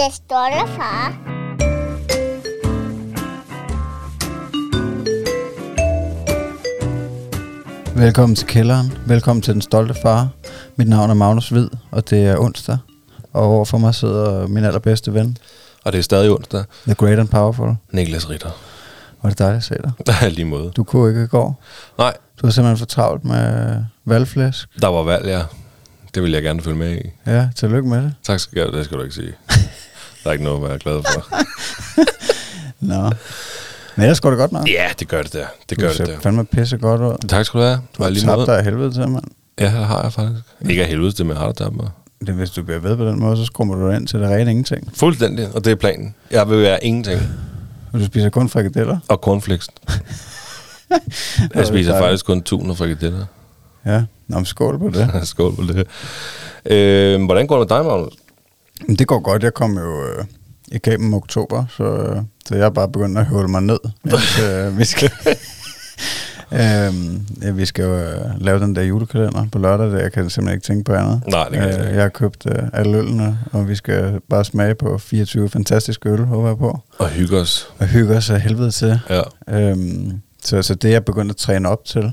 Det stolte far. Velkommen til kælderen. Velkommen til Den Stolte Far. Mit navn er Magnus Hvid, og det er onsdag. Og overfor mig sidder min allerbedste ven. Og det er stadig onsdag. The Great and Powerful. Niklas Ritter. Var det dejligt at se dig? Ja, lige måde. Du kunne ikke i går. Nej. Du var simpelthen for travlt med valgflæsk. Der var valg, ja. Det vil jeg gerne følge med i. Ja, tillykke med det. Tak skal du. Det skal du ikke sige. Der er ikke noget at være glad for. Nå. Men ellers går det godt nok. Ja, det gør det der. Det gør det der. Du ser fandme pisse godt ud. Tak skal du have. Du har tabt dig af helvede til, mand. Ja, det har jeg faktisk. Ikke af helvede til, men jeg har tabt mig. Det, hvis du bliver ved på den måde, så skrummer du ind til det rene ingenting. Fuldstændig, og det er planen. Jeg vil være ingenting. Og du spiser kun frikadeller. Og cornflakes. Jeg spiser faktisk kun 1000 frikadeller. Ja, nå, skål på det. Skål på det. Hvordan går det med dig, Magnus? Det går godt. Jeg kom jo igennem oktober, så jeg er bare begyndt at høvle mig ned. Vi skal, vi skal jo lave den der julekalender på lørdag. Jeg kan simpelthen ikke tænke på andet. Nej, det kan jeg ikke. Jeg har købt alle ølene, og vi skal bare smage på 24 fantastiske øl, håber jeg på. Og hygge os. Og hygge os af helvede til. Ja. Så det er jeg begyndt at træne op til.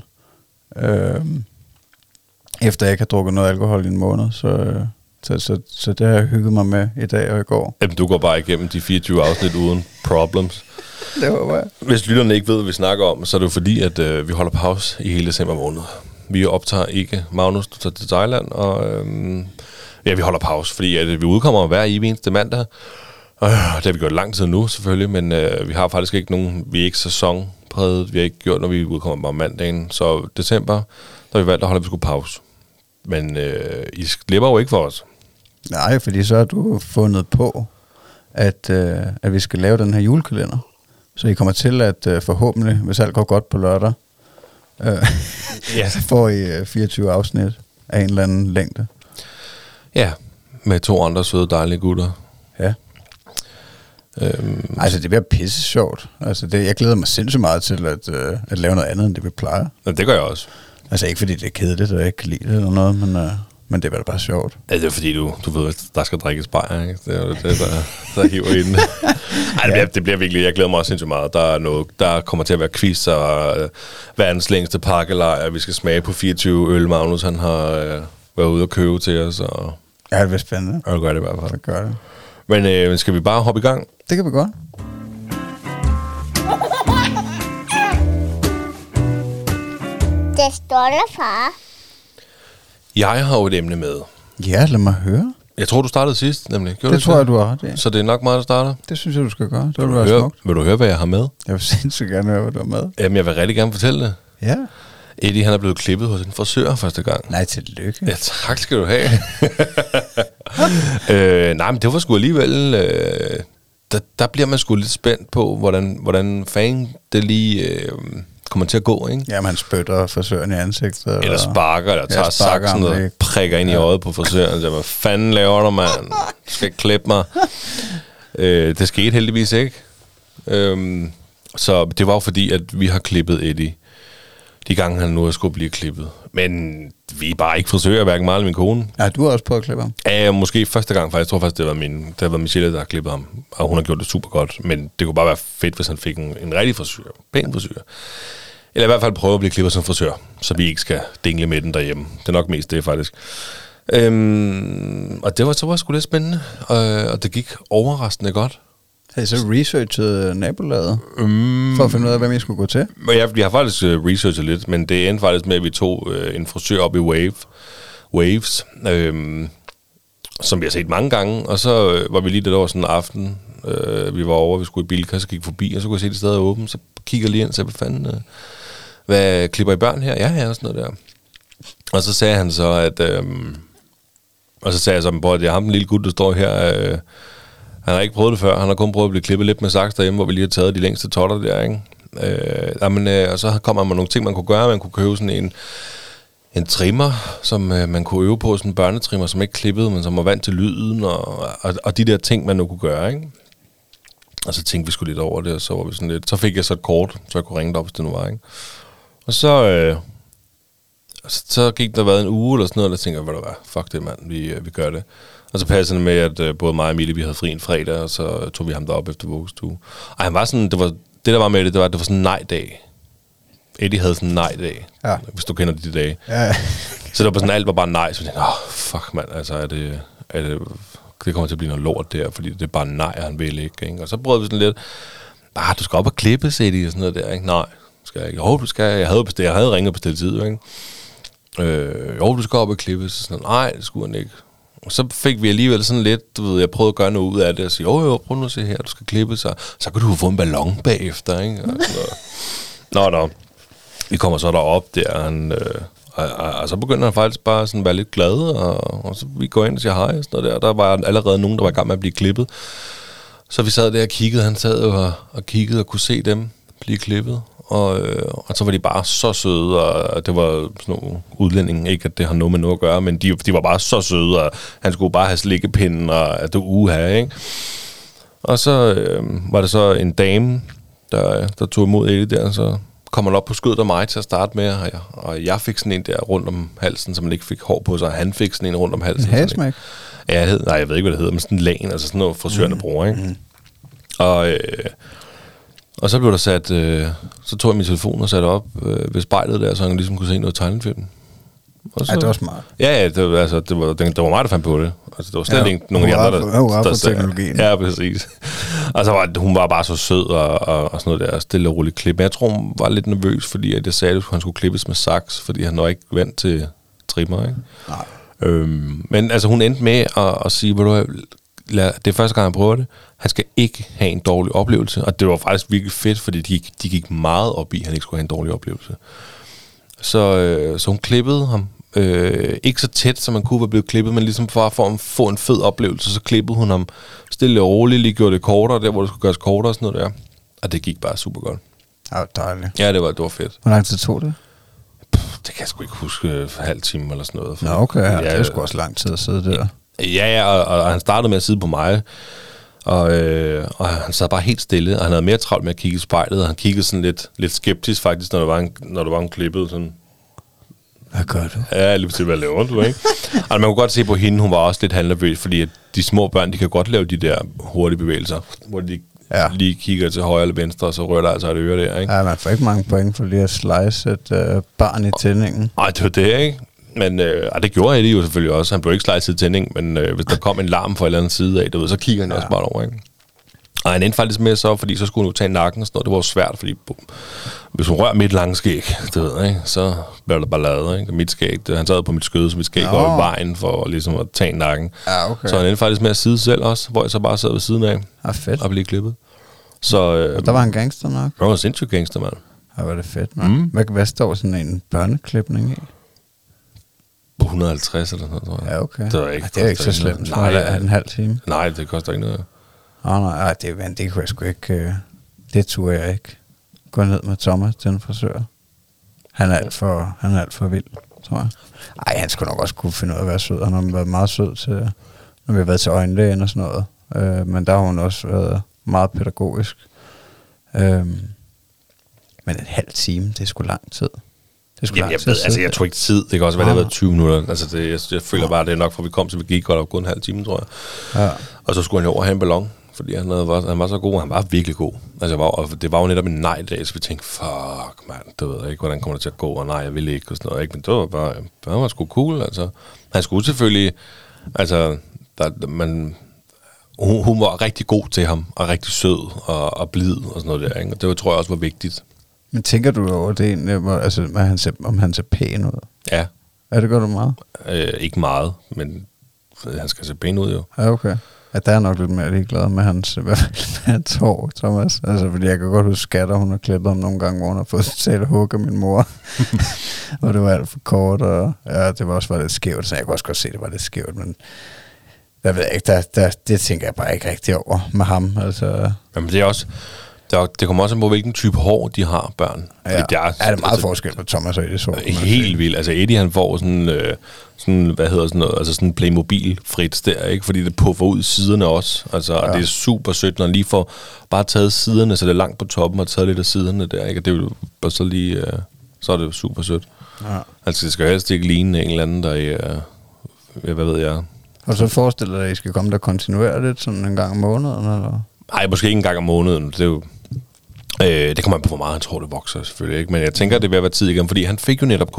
Efter jeg ikke har drukket noget alkohol i en måned, så det har jeg hygget mig med i dag og i går. Jamen, du går bare igennem de 24 afsnit uden problems. Det var jeg. Hvis lytterne ikke ved, hvad vi snakker om, så er det jo fordi, at vi holder pause i hele december måned. Vi optager ikke. Magnus, du tager til Thailand, og vi holder pause, fordi at vi udkommer hver eneste mandag. Det har vi gjort lang tid nu, selvfølgelig, men vi har faktisk ikke nogen, vi er ikke sæsonpræget, vi har ikke gjort, når vi udkommer bare mandagen. Så december, der har vi valgt at holde pause. Men I slipper jo ikke for os. Nej, fordi så har du fundet på, at vi skal lave den her julekalender. Så I kommer til at forhåbentlig, hvis alt går godt på lørdag, så får I 24 afsnit af en eller anden længde. Ja, med 2 andre søde, dejlige gutter. Ja. Altså, det bliver pisse sjovt. Altså, jeg glæder mig sindssygt meget til at lave noget andet, end det vi plejer. Ja, det gør jeg også. Altså, ikke fordi det er kedeligt, og jeg ikke kan lide det eller noget, men det er bare sjovt. Ja, det er fordi, du ved, at der skal drikkes bajer, ikke? Det er jo det, der hiver i den. Ej, det bliver virkelig, jeg glæder mig også sindssygt meget. Der kommer til at være quiz og verdens længste pakkelejr. Vi skal smage på 24 øl, Magnus han har været ude og købe til os. Og ja, det bliver spændende. Og det gør det i hvert fald. Det gør det. Men skal vi bare hoppe i gang? Det kan vi godt. Det stolte far. Jeg har jo et emne med. Ja, lad mig høre. Jeg tror, du startede sidst, nemlig. Det tror jeg, du har ret i. Så det er nok mig, der starter? Det synes jeg, du skal gøre. Det vil være smukt. Vil du høre, hvad jeg har med? Jeg vil sindssygt gerne høre, hvad du har med. Jamen, jeg vil rigtig gerne fortælle det. Ja. Eddie, han er blevet klippet hos en frisør første gang. Nej, tillykke. Ja, tak skal du have. Nej, men det var sgu alligevel... Der bliver man sgu lidt spændt på, hvordan fanden det lige kommer til at gå, ikke? Ja, man spytter frisøren i ansigtet. Eller sparker, eller tager saksen og prikker ind i øjet på frisøren. Så, hvad fanden laver du, mand? Du skal ikke klippe mig. Det skete heldigvis ikke. Så det var jo fordi, at vi har klippet Eddie de gange, han nu skulle blive klippet. Men vi er bare ikke frisører, hverken mig eller min kone. Ja, du har også prøvet at klippe ham. Ja, måske første gang faktisk. Jeg tror faktisk, det var Michelle, der har klippet ham. Og hun har gjort det super godt. Men det kunne bare være fedt, hvis han fik en rigtig frisør. Pæn frisør. Eller i hvert fald prøve at blive klippet som frisør, så vi ikke skal dingle med den derhjemme. Det er nok mest det, faktisk. Og det var sgu lidt spændende. Og det gik overraskende godt. Har I så researchet nabolaget? For at finde ud af, hvem I skulle gå til? Vi har faktisk researchet lidt, men det endte faktisk med, at vi tog en frisør op i Waves, som vi har set mange gange. Og så var vi lige der over sådan en aften. Vi var over, vi skulle i Bilka, så gik forbi, og så kunne jeg se, det stadig åbent. Så kigger lige ind, så hvad fanden... Hvad klipper I børn her? Ja, og sådan noget der. Og så sagde han så, at... og så sagde jeg så, at det er ham, den lille gut, der står her... han har ikke prøvet det før. Han har kun prøvet at blive klippet lidt med saks derhjemme, hvor vi lige har taget de længste totter der, ikke? Og så kommer man nogle ting, man kunne gøre. Man kunne købe sådan en trimmer, som man kunne øve på. Sådan en børnetrimmer, som ikke klippede, men som var vant til lyden. Og de der ting, man nu kunne gøre, ikke? Og så tænkte vi sgu lidt over det, og så var vi sådan lidt... Så fik jeg så et kort, så jeg kunne ringe det op, hvis det nu var, ikke? Og så Så gik der været en uge eller sådan noget, og der tænkte jeg, hvad der var, fuck det mand, vi gør det. Og så passede det med, at både mig og Emilie, vi havde fri en fredag, og så tog vi ham derop efter vuggestue. Og han var sådan, det der var med det var sådan en nej-dag. Eddie havde sådan en nej-dag, hvis du kender de dage. Ja. Så det var sådan, alt var bare nej, så jeg tænkte, fuck mand, altså er det kommer til at blive noget lort der, fordi det er bare nej, han vil ikke. Og så prøvede vi sådan lidt, du skal op og klippe, Eddie, og sådan noget der, ikke? Nej, skal jeg ikke. Jo, du skal, jeg havde ringet og bestilt tid, ikke? Jo, du skal op og klippe, så sådan, nej, det skulle han ikke. Og så fik vi alligevel sådan lidt, du ved, jeg prøvede at gøre noget ud af det, og sige, jo, prøv nu at se her, du skal klippe, så kan du få en ballon bagefter, ikke? Nå. Vi kommer så derop der, og så begynder han faktisk bare sådan at være lidt glad, og så vi går ind og siger hej og sådan noget der. Der var allerede nogen, der var i gang med at blive klippet. Så vi sad der og kiggede, han sad og kiggede og kunne se dem blive klippet. Og så var de bare så søde, og det var sådan nogle udlændinge, ikke at det har noget med noget at gøre, men de var bare så søde, og han skulle bare have slikkepinden, og at det var ikke? Og så var det så en dame, der tog imod Eddie der, så kom han op på skødet af mig til at starte med, og jeg fik sådan en der rundt om halsen, så man ikke fik hår på sig, og han fik sådan en rundt om halsen. En hasmæk? Ja, jeg ved ikke, hvad det hedder, men sådan en lagen, altså sådan noget frisørerne bruger, ikke? Og så blev der sat, så tog jeg min telefon og satte op ved spejlet der, så han ligesom kunne se noget tegnefilm. Og så, det var smart. Ja, det var mig, der fandt på det. Altså, det var slet ikke nogen af de andre, der teknologien. Ja, præcis. Og så hun var bare så sød og sådan noget der, stille og roligt klip. Men jeg tror, hun var lidt nervøs, fordi at jeg sagde, at han skulle klippes med saks, fordi han var ikke vant til trimmer, ikke? Nej. Men altså, hun endte med at sige, det er første gang, jeg prøver det. Han skal ikke have en dårlig oplevelse. Og det var faktisk virkelig fedt, fordi de gik meget op i, at han ikke skulle have en dårlig oplevelse. Så hun klippede ham. Ikke så tæt, som man kunne være blevet klippet, men ligesom for at få en fed oplevelse, så klippede hun ham stille og roligt, lige gjorde det kortere, der hvor det skulle gøres kortere og sådan noget der. Og det gik bare super godt. Ja, dejligt. Ja, det var fedt. Hvor lang tid tog det? Det kan jeg sgu ikke huske, halv time eller sådan noget. Nå, okay, ja, det er sgu også lang tid at sidde der. Ja, og han startede med at sidde på mig, og han sad bare helt stille, og han havde mere travlt med at kigge i spejlet, og han kiggede sådan lidt skeptisk faktisk, når der var en klippet sådan. Hvad gør du? Ja, lige til hvad laver du, ikke? Og man kunne godt se på hende, hun var også lidt halvnervøs, fordi at de små børn, de kan godt lave de der hurtige bevægelser, hvor de lige kigger til højre eller venstre, og så rører der altså et øre der, ikke? Ja, man får ikke mange point for lige at slice et barn i tændingen. Nej, det var det, ikke? Men det gjorde Eddie jo selvfølgelig også. Han blev ikke slice i tændingen, men hvis der kom en larm fra en eller anden side af, så kigger han også bare over, ikke? Og han endte faktisk med så, fordi så skulle hun jo tage nakken og sådan noget. Det var jo svært, fordi hvis hun rører mit lange skæg, det ved jeg, ikke? Så bliver der ballade, ikke? Mit skæg, han sad på mit skød, så mit skæg var i vejen for ligesom at tage nakken. Ja, okay. Så han endte faktisk med at sidde selv også, hvor jeg så bare sad ved siden af og blev klippet. Så, der var en gangster nok? Der var en sindssyg gangster, mand. Ja, var det fedt, man. Hvad står sådan en børneklipning i? 150 eller sådan noget, tror jeg. Ja, okay. Det er ikke så slemt. Nej, det er en halv time. Nej, det koster ikke noget. Nej, det kunne jeg sgu ikke. Det turde jeg ikke. Gå ned med Thomas til en frisør. Han er alt for vild, tror jeg. Ej, han skulle nok også kunne finde ud af at være sød. Han har været meget sød til, når vi har været til øjenlægen og sådan noget. Men der har hun også været meget pædagogisk. Men en halv time, det er sgu lang tid. Jeg tror ikke tid. Det kan også være, det har været 20 minutter. Altså, jeg føler bare, det er nok, for vi kom, så vi gik godt op gået en halv time, tror jeg. Ja. Og så skulle han jo over have en ballon, fordi han var så god. Han var virkelig god. Altså, det var jo netop en nej-dag, så vi tænkte, fuck, mand, det ved jeg ikke, hvordan kommer det til at gå, og nej, jeg vil ikke, og sådan noget. Ikke? Men det var bare, han var sgu cool, altså. Han skulle selvfølgelig, altså, hun var rigtig god til ham, og rigtig sød, og blid, og sådan noget der, ikke? Og det tror jeg også var vigtigt. Men tænker du over det egentlig, altså, om han ser pæn ud? Ja. Ja, det gør du meget? Ikke meget, men han skal se pæn ud jo. Ja, okay. Ja, der er nok lidt mere ligeglad med hans hår, Thomas. Altså, fordi jeg kan godt huske skatter, hun har klippet ham nogle gange, hvor hun har fået totalt hug af min mor. Og det var alt for kort, og ja, det var også lidt skævt, så jeg kunne også godt se, det var lidt skævt, men jeg ved ikke, det tænker jeg bare ikke rigtig over med ham. Altså. Jamen, det er også. Det kommer også an på, hvilken type hår de har, børn. Ja, det er meget forskel på Thomas og Eddies hår. Helt vildt. Altså Eddie, han får sådan hvad hedder sådan noget, altså sådan Playmobil-frit der, ikke? Fordi det puffer ud siderne også. Altså, og det er super sødt, når han lige får bare taget siderne, så det er langt på toppen, og taget lidt af siderne der, ikke? Og det er jo bare så lige, så er det super sødt. Ja. Altså, det skal jo helst ikke ligne en eller anden, der er... hvad ved jeg... Og så forestiller dig, at I skal komme der kontinuerligt, sådan en gang om måneden, eller? Nej, måske ikke en gang om måneden. Det er jo... det kommer an på, hvor meget han tror, det vokser, selvfølgelig ikke. Men jeg tænker, det vil være tid igen, fordi han fik jo netop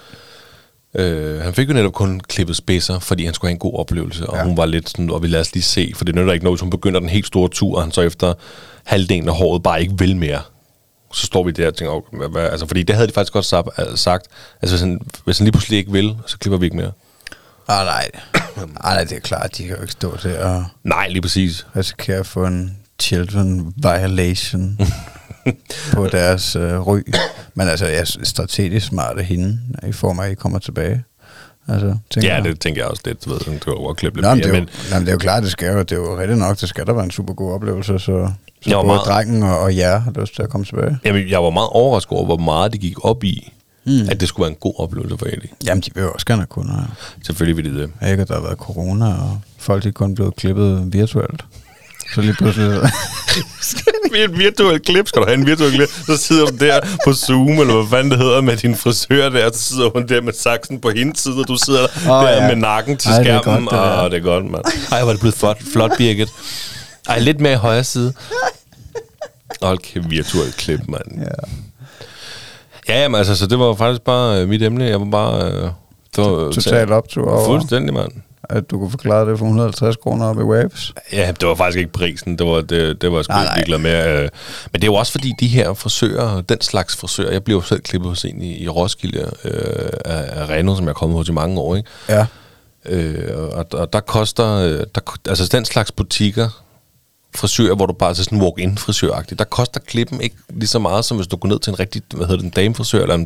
kun klippet spidser, fordi han skulle have en god oplevelse, og hun var lidt sådan, og vi lader os lige se, for det nytter ikke noget, hvis hun begynder den helt store tur, og han så efter halvdelen af håret bare ikke vil mere. Så står vi der og tænker, altså, fordi det havde de faktisk godt sagt, altså hvis han lige pludselig ikke vil, så klipper vi ikke mere. Nej, det er klart, de kan jo ikke stå til at... Nej, lige præcis. Risikere at få en children violation på deres ry. Men altså, jeg er strategisk smart af hende, i form af, at I kommer tilbage. Altså, det tænker jeg også lidt, du ved, du kan jo klippe lidt mere. Men det er jo klart, det er jo rigtig nok, det skal der være en super god oplevelse, så både meget... drengen og jer har lyst til at komme tilbage. Jamen, jeg var meget overrasket over, hvor meget det gik op i, at det skulle være en god oplevelse for Ellie. Jamen, de vil jo også gerne have kunder. Selvfølgelig vil de det. Ikke, at der har været corona, og folk er kun blevet klippet virtuelt. Så lige pludselig... Et virtuelt klip, skal du have en virtuel klip? Så sidder du der på Zoom, eller hvad fanden det hedder, med din frisør der, så sidder hun der med saksen på hendes side, og du sidder der med nakken til skærmen. Det er godt, mand. Ej, var det blevet flot, Birgit. Ej, lidt mere i højre side. Hold kæft, virtuelt klip, mand. Ja, jamen, altså, så det var faktisk bare mit emne. Jeg var bare... Totalt optur over... Fuldstændig, mand. At du kunne forklare det for 150 kroner op i Waves? Ja, det var faktisk ikke prisen. Det var jeg sgu ikke ligeglad med. Men det er jo også fordi, de her frisører, den slags frisører, jeg blev jo selv klippet hos en i Roskilde af Reno, som jeg er kommet hos i mange år, ikke? Ja. Og der koster... altså den slags butikker, frisører, hvor du bare er sådan en walk-in frisøragtig, der koster klippen ikke lige så meget, som hvis du går ned til en rigtig, en damefrisør, eller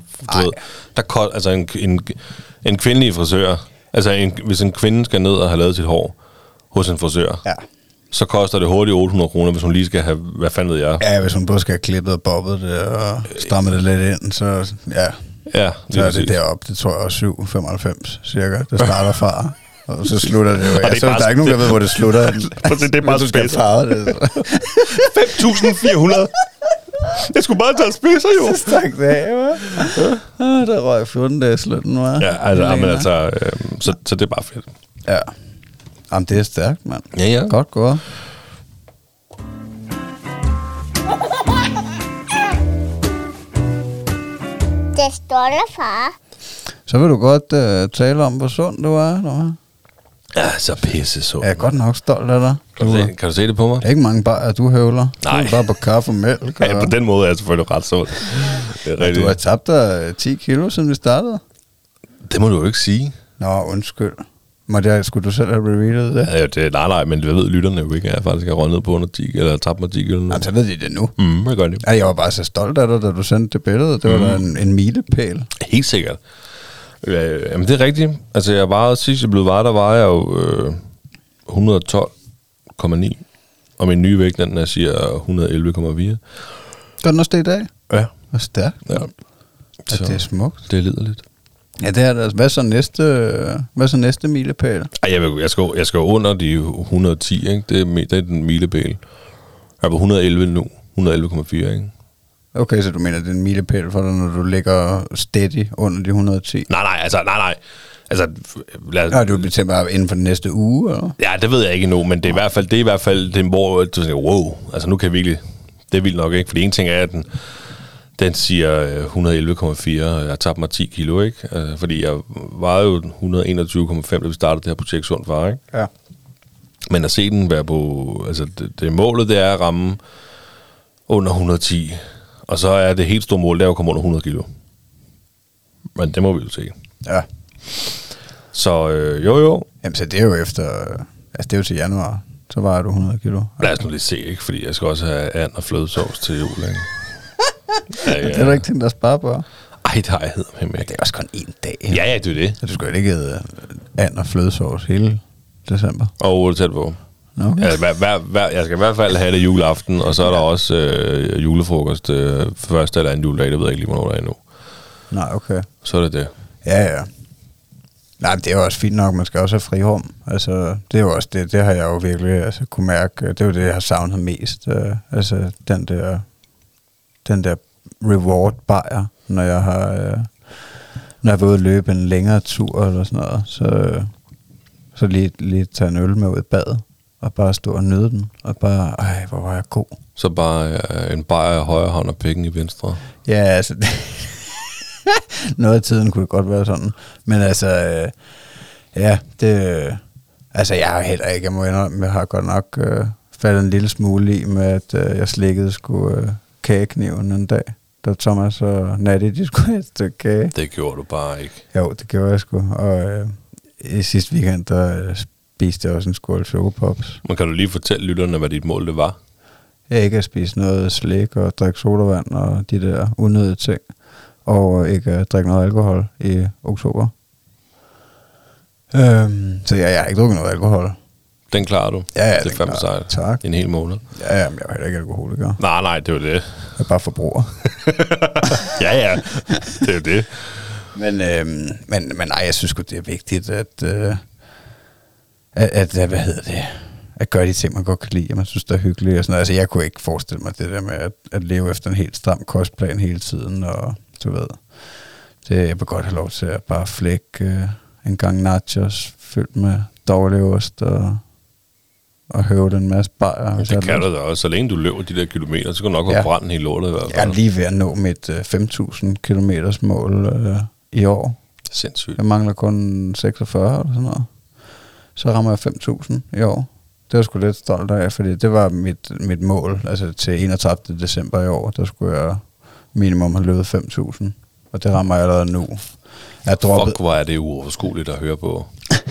en kvindelig frisør. Altså, hvis en kvinde skal ned og have lavet sit hår hos en frisør, så koster det hurtigt 800 kroner, hvis hun lige skal have, hvad fanden ved jeg? Ja, hvis hun både skal have klippet og bobbet det og strammet det lidt ind, så ja, så er det deroppe. Det tror jeg også 7,95 cirka. Det starter fra, og så slutter det jo. Jeg synes, der er ikke nogen, der ved, hvor det slutter. Det er bare du skal farve det. 5.400. Jeg skulle bare tage spidser, jo. Så stak det af, hva'? Der røg 14 dages slutten, hva'? Ja, så det er bare fedt. Ja. Jamen, det er stærkt, mand. Ja. Godt gået. Det står der, far. Så vil du godt tale om, hvor sund du er, eller? Ja, så pisse sund. Jeg er godt nok stolt af dig. Kan du se det på mig? Der er ikke mange bajer, du høvler. Nej. Du er bare på kaffe og mælk. Ja, på den måde er jeg selvfølgelig ret sund. Du har tabt dig 10 kilo, siden vi startede. Det må du jo ikke sige. Nå, undskyld. Skulle du selv have revealet det? Ja, nej, men det ved lytterne jo ikke, at jeg faktisk har røget ned på under 10, eller tabt mig 10 kilo. Nej, så ved de det nu. Jeg gør det. Ja, jeg var bare så stolt af dig, da du sendte det billede. Det var da en milepæl. Helt sikkert. Jamen, det er rigtigt. Altså, jeg var sidst jeg blev der var jeg jo 112,9. Og min nye vægt, den siger 111,4. Gør den også det i dag? Ja. Hvor stærkt. Ja. Så det er smukt. Det er liderligt. Ja, det er det. Hvad så næste milepæl? Jeg skal jo under de 110, ikke? Det er den milepæl. Jeg er på 111 nu. 111,4, ikke? Okay, så du mener, det er en milepæl for dig, når du ligger steady under de 110? Nej. Altså, du bliver til bare inden for den næste uge, eller? Ja, det ved jeg ikke endnu, men det er i hvert fald det, hvor du tænker, wow, altså nu kan jeg virkelig, det er vildt nok, ikke? Fordi en ting er, at den siger 111,4, og jeg har tabt mig 10 kilo, ikke? Fordi jeg var jo 121,5, da vi startede det her projekt Sund Far, ikke? Ja. Men at se den være på, altså det målet, det er at ramme under 110, og så er det helt store mål, det er at komme under 100 kilo. Men det må vi jo se. Ja. Så jo. Jamen, så det er jo efter... Altså, det er jo til januar. Så vejer du 100 kilo. Lad os nu lige se, ikke? Fordi jeg skal også have and og flødesovs til jul, ikke? Ja. Det er der ikke ting, der sparer på. Ej, det har jeg hedder ikke. Det er også kun én dag. Ja, det er det. Så du skal jo ikke have and og flødesovs hele december. Og det tæt på. Okay. Jeg skal i hvert fald have det juleaften, og så er der også julefrokost første eller anden juledag, det ved jeg ikke lige, hvornår der er endnu. Nej, okay. Så er det det. Ja. Nej, det er jo også fint nok, man skal også have frirum. Altså, det er jo også det har jeg jo virkelig kunne mærke. Det er jo det, jeg har savnet mest. Altså, den der reward bajer, når når jeg var ude at løbe en længere tur eller sådan noget, så lige tage en øl med ud i badet, og bare stå og nyde den, og bare, hvor var jeg god. Så bare en bajer af højre hånd og pikken i venstre? Ja, altså, noget af tiden kunne det godt være sådan, men altså, ja, det, altså jeg har heller ikke, jeg har godt nok faldet en lille smule i med, at jeg slikkede sgu kagekniven en dag, da Thomas og Natty, de skulle have et stykke kage. Det gjorde du bare ikke. Jo, det gjorde jeg sgu, og i sidste weekend, der spiste jeg også en skål chokopops. Men kan du lige fortælle lytterne, hvad dit mål det var? Jeg ikke at spise noget slik og drikke sodavand og de der unødige ting, og ikke at drikke noget alkohol i oktober. Så jeg har ikke drukket noget alkohol. Den klarer du? Ja, det er fandme sejt. Tak. En hel måned? Ja, men jeg er heller ikke alkoholiker. Nej, det er jo det. Jeg er bare forbruger. ja, det er jo det. Men nej, jeg synes sgu, det er vigtigt, at gøre de ting, man godt kan lide, og man synes, det er hyggeligt og sådan noget. Altså, jeg kunne ikke forestille mig det der med at leve efter en helt stram kostplan hele tiden, og du ved, jeg vil godt have lov til at bare flække en gang nachos fyldt med dårlig ost og høvle en masse bajer. Det kan du da også. Så længe du løber de der kilometer, så kan du nok have brændt hele lortet i hvert fald. Jeg er lige ved at nå mit 5.000 kilometers mål i år. Sindssygt. Jeg mangler kun 46 eller sådan noget. Så rammer jeg 5.000 i år. Det var sgu lidt stolt af, fordi det var mit mål. Altså til 31. december i år, der skulle jeg minimum have løbet 5.000. Og det rammer jeg allerede nu. Fuck, hvor er det uoverskueligt at høre på.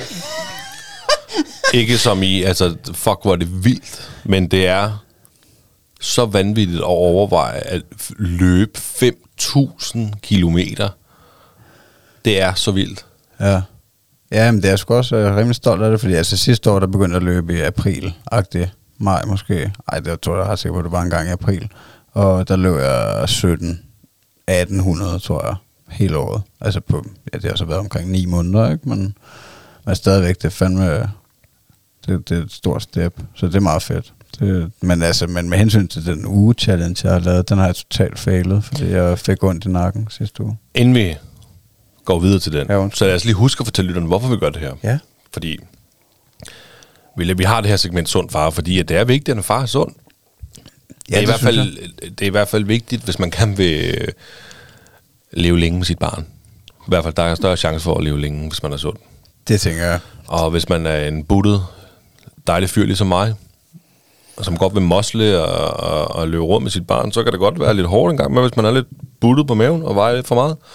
Ikke som i, altså, fuck, hvor er det vildt. Men det er så vanvittigt at overveje at løbe 5.000 kilometer. Det er så vildt. Ja. Ja, men det er sgu også rimelig stolt af det, fordi altså sidste år, der begyndte jeg at løbe i april-agtigt. Maj måske. Ej, det tror jeg ret sikkert på, det var en gang i april. Og der løb jeg 1800, tror jeg, hele året. Altså på, ja, det har så været omkring 9 måneder, ikke? Men stadigvæk, det er fandme, det er et stort step, så det er meget fedt. Men med hensyn til den uge-challenge, jeg har lavet, den har jeg totalt fejlet, fordi jeg fik ondt i nakken sidste uge. Inden vi går videre til den, ja, så lad os lige huske at fortælle lytterne, hvorfor vi gør det her. Ja. Fordi vi har det her segment sund far, fordi at det er vigtigt, at en far er sund. Ja, det er i hvert fald vigtigt, hvis man kan vil leve længe med sit barn. I hvert fald, der er større chance for at leve længe, hvis man er sund. Det tænker jeg. Og hvis man er en buttet, dejlig fyr ligesom mig, og som godt vil mosle og løbe rundt med sit barn, så kan det godt være lidt hårdt engang, men hvis man er lidt buttet på maven og vejer lidt for meget.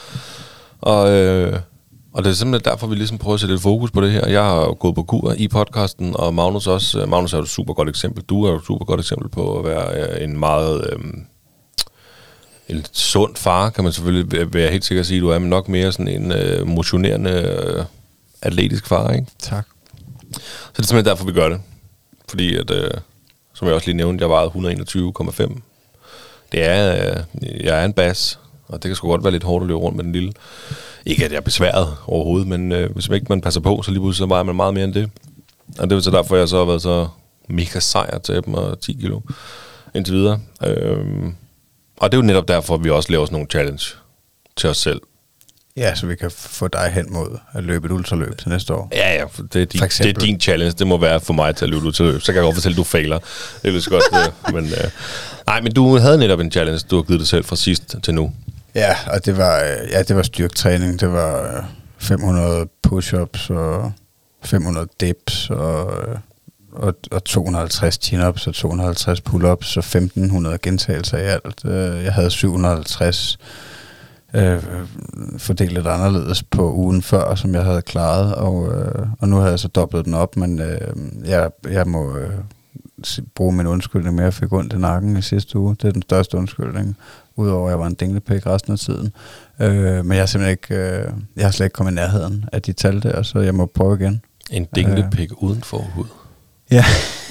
Og det er simpelthen derfor, vi ligesom prøver at sætte lidt fokus på det her. Jeg har gået på kur i podcasten, og Magnus også. Magnus er jo et super godt eksempel. Du er jo et super godt eksempel på at være en meget en sund far, kan man selvfølgelig være helt sikker at sige. Du er nok mere sådan en motionerende, atletisk far, ikke? Tak. Så det er simpelthen derfor, vi gør det. Fordi at, som jeg også lige nævnte, jeg vejede 121,5. Jeg er en bas, og det kan sgu godt være lidt hårdt at løbe rundt med den lille. Ikke at jeg er besværet overhovedet, men hvis ikke man passer på, så lige pludselig så vejer man meget mere end det. Og det er så derfor, jeg så har været så mega sejr til dem, og 10 kilo indtil videre. Og det er jo netop derfor, vi også laver sådan nogle challenge til os selv. Ja, så vi kan få dig hen mod at løbe et ultraløb til næste år. Ja, det er din challenge. Det må være for mig til at løbe et ultraløb. Så kan jeg godt fortælle, at du fejler. Det er lidt godt. Nej, men du havde netop en challenge, du har givet dig selv fra sidst til nu. Ja, og det var styrketræning. Det var 500 push-ups og 500 dips og 250 chin-ups og 250 pull-ups og 1500 gentagelser i alt. Jeg havde 750 fordelt lidt anderledes på ugen før, som jeg havde klaret, og nu havde jeg så dobblet den op, men jeg må bruge min undskyldning med, at jeg fik ondt i nakken i sidste uge. Det er den største undskyldning, udover at jeg var en dinglepæk resten af tiden. Men jeg har simpelthen ikke, jeg har slet ikke kommet i nærheden af de tal der, så jeg må prøve igen. En dinglepæk uden forhud. Ja.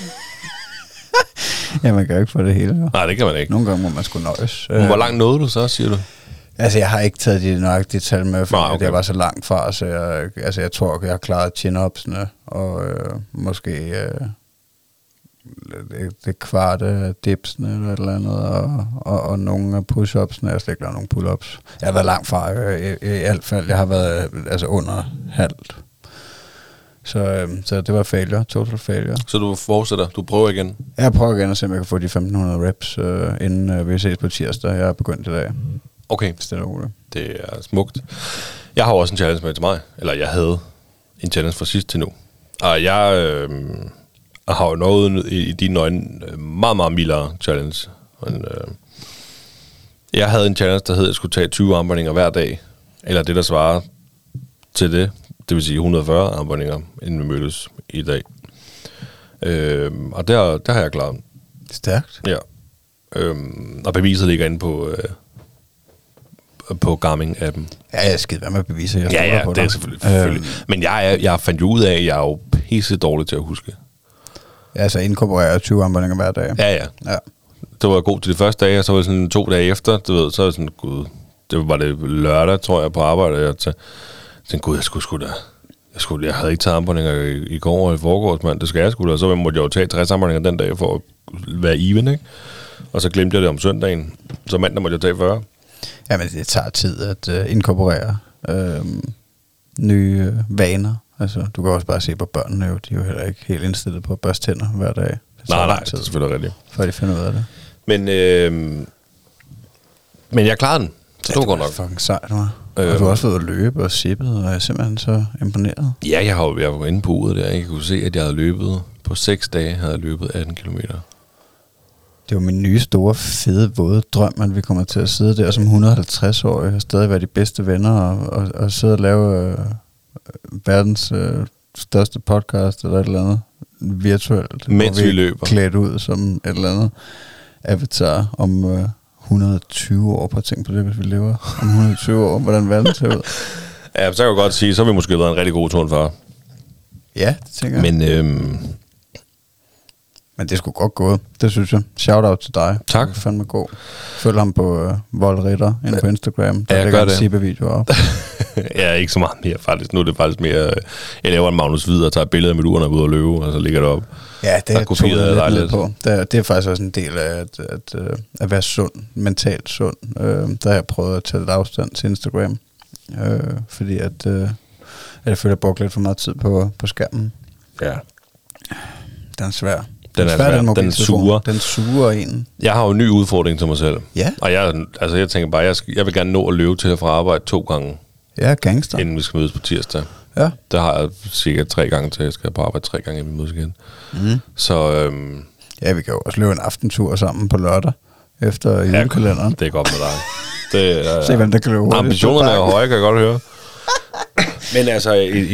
Ja, man kan jo ikke få det hele. Jo. Nej, det kan man ikke. Nogle gange må man sgu nøjes. Hvor langt nåede du så, siger du? Altså, jeg har ikke taget de nøjagtige tal med, for okay. jeg var så langt fra, så jeg tror, jeg har klaret chin-upsene, og måske det kvarte af dipsene eller et eller andet, og nogle af push-upsene. Jeg har slet ikke lavet nogle pull-ups. Jeg har været langt fra i alt fald. Jeg har været under halvt. Så det var failure, total failure. Så du fortsætter, du prøver igen? Jeg prøver igen at se, om jeg kan få de 1500 reps, inden vi ses på tirsdag. Jeg er begyndt i dag. Okay. Det er smukt. Jeg har også en challenge med til mig. Eller jeg havde en challenge fra sidst til nu. Og jeg har jo nået i dine øjne meget, meget mildere challenge. Men, jeg havde en challenge, der hed, at jeg skulle tage 20 armbøjninger hver dag. Eller det, der svarer til det. Det vil sige 140 armbøjninger, inden vi mødtes i dag. Og der har jeg klaret. Stærkt. Ja. Og beviset ligger inde på Garmin-appen. Ja, jeg skal være med beviser. Ja, det er selvfølgelig. Men jeg fandt jo ud af, at jeg er jo pisse dårlig til at huske. Ja, altså inkorporerer 20 armbøjninger hver dag. Ja. Det var god til de første dage, og så var det sådan 2 dage efter, du ved, så var det sådan, gud, det var det lørdag, tror jeg, på arbejde, og jeg tænkte, gud, jeg havde ikke taget armbøjninger i går og i forgårs, mand, det skal jeg sgu da, og så måtte jeg jo tage 60 armbøjninger den dag for at være even, ikke? Og så glemte jeg det om søndagen, så mandag måtte jeg tage 40. Jamen, det tager tid at inkorporere nye vaner. Altså, du kan også bare se på børnene jo, de er jo heller ikke helt indstillet på at børste tænder hver dag. Nej, det er selvfølgelig rigtigt. Før de finder ud af det. Men jeg klarede den. Så det var godt nok. Fucking sejt, var. Og du har også været at løbe og sippet, og jeg er simpelthen så imponeret. Ja, jeg var inde på uret der. Jeg kunne se, at jeg havde løbet, på 6 dage havde jeg løbet 18 kilometer. Det var min nye store, fede, våde drøm, at vi kommer til at sidde der som 150-årige og stadig være de bedste venner og sidde og lave verdens største podcast eller et eller andet virtuelt. Mens vi løber. Klædt ud som et eller andet avatar om 120 år. På at tænke på det, hvis vi lever om 120 år, hvordan verden ser ud. Ja, så kan jeg godt sige, så har vi måske været en rigtig god turnfar. Ja, det tænker jeg. Men det skulle godt gå. Det synes jeg. Shout-out til dig. Tak. Det er fandme god. Følg ham på Voldritter inde på Instagram. Der lægger en Sibbe-video op. Ja, ikke så meget mere faktisk. Nu er det faktisk mere... Jeg laver en Magnus Hvid og tager et billede af mit ur, når jeg er ude og løbe, og så ligger det op. Ja, det er jeg lidt på. Det er faktisk også en del af at være sund, mentalt sund. Der har jeg prøvet at tage lidt afstand til Instagram. Fordi at jeg føler, at jeg brugte lidt for meget tid på skærmen. Ja. Den er svær. Den suger. Den suger en. Jeg har jo en ny udfordring til mig selv. Ja. Og jeg tænker bare, jeg vil gerne nå at løbe til at fra arbejde 2 gange. Ja, gangster. Inden vi skal mødes på tirsdag. Ja. Der har jeg cirka 3 gange til, jeg skal på arbejde 3 gange, inden vi mødes igen. Mm. Så... ja, vi kan jo også løbe en aftentur sammen på lørdag efter julekalenderen. Det er godt med dig. Se, hvem der kan løbe hurtigt. Ambitionerne er høje, kan jeg godt høre. Men altså,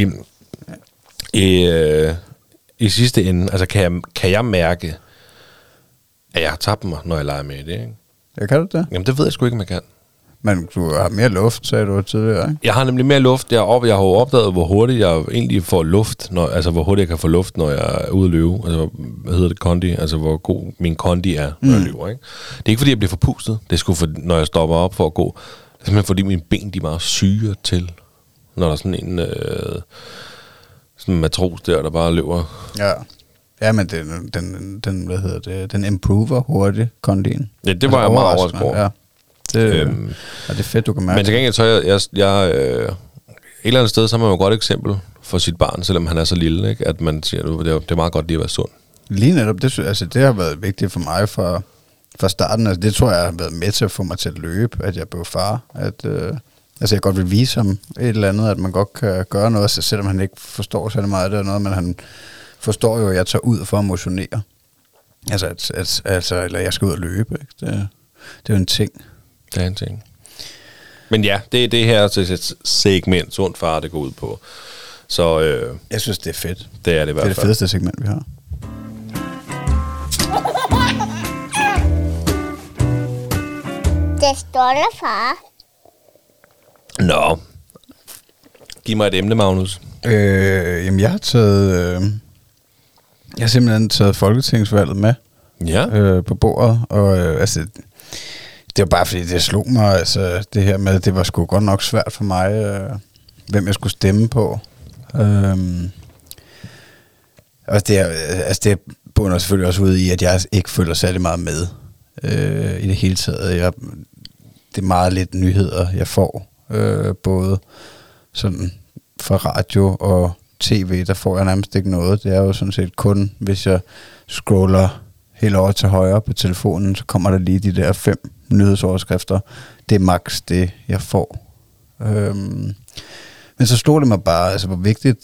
i sidste ende, altså kan jeg mærke, at jeg har tabt mig, når jeg leger med det, ikke? Ja, kan du det? Jamen, det ved jeg sgu ikke, om jeg kan. Men du har mere luft, sagde du tidligere, ikke? Jeg har nemlig mere luft. Jeg har jo opdaget, hvor hurtigt jeg egentlig får luft, hvor hurtigt jeg kan få luft, når jeg er ude at løbe. Altså, hvad hedder det? Kondi. Altså, hvor god min kondi er, når jeg løber, ikke? Det er ikke, fordi jeg bliver forpustet. Det er sgu, når jeg stopper op for at gå. Det er simpelthen, fordi mine ben, de er meget syge til, når der er sådan en... sådan en matros der bare løber. Ja. Ja, men den hvad hedder det, den improver hurtigt, kondien. Ja, det var jeg meget overrasket over. Ja. Det er fedt, du kan mærke. Men til gengæld, så jeg et eller andet sted, så har man jo et godt eksempel for sit barn, selvom han er så lille, ikke? At man siger, det er meget godt lige at være sund. Lige netop, det har været vigtigt for mig fra starten. Altså, det tror jeg har været med til at få mig til at løbe, at jeg blev far. Jeg godt vil vise ham et eller andet, at man godt kan gøre noget, selvom han ikke forstår så meget af det noget, men han forstår jo, at jeg tager ud for at motionere. Eller jeg skal ud og løbe. Ikke? Det er jo en ting. Det er en ting. Men ja, det er det her segment, sund far, det går ud på. Så jeg synes, det er fedt. Det er det i hvert fald. Det er det fedeste segment, vi har. Det stolte far. Nå. Giv mig et emne, Magnus. Jamen, jeg har simpelthen taget folketingsvalget med på bordet, og det var bare fordi, det slog mig, altså det her med, det var sgu godt nok svært for mig, hvem jeg skulle stemme på. Og det er bunder selvfølgelig også ud i, at jeg ikke følger særlig meget med i det hele taget. Det er meget lidt nyheder, jeg får. Både sådan fra radio og tv, der får jeg nærmest ikke noget. Det er jo sådan set kun, hvis jeg scroller helt over til højre på telefonen, så kommer der lige de der 5 nyhedsoverskrifter. Det er max det, jeg får. Men så stod det mig bare, altså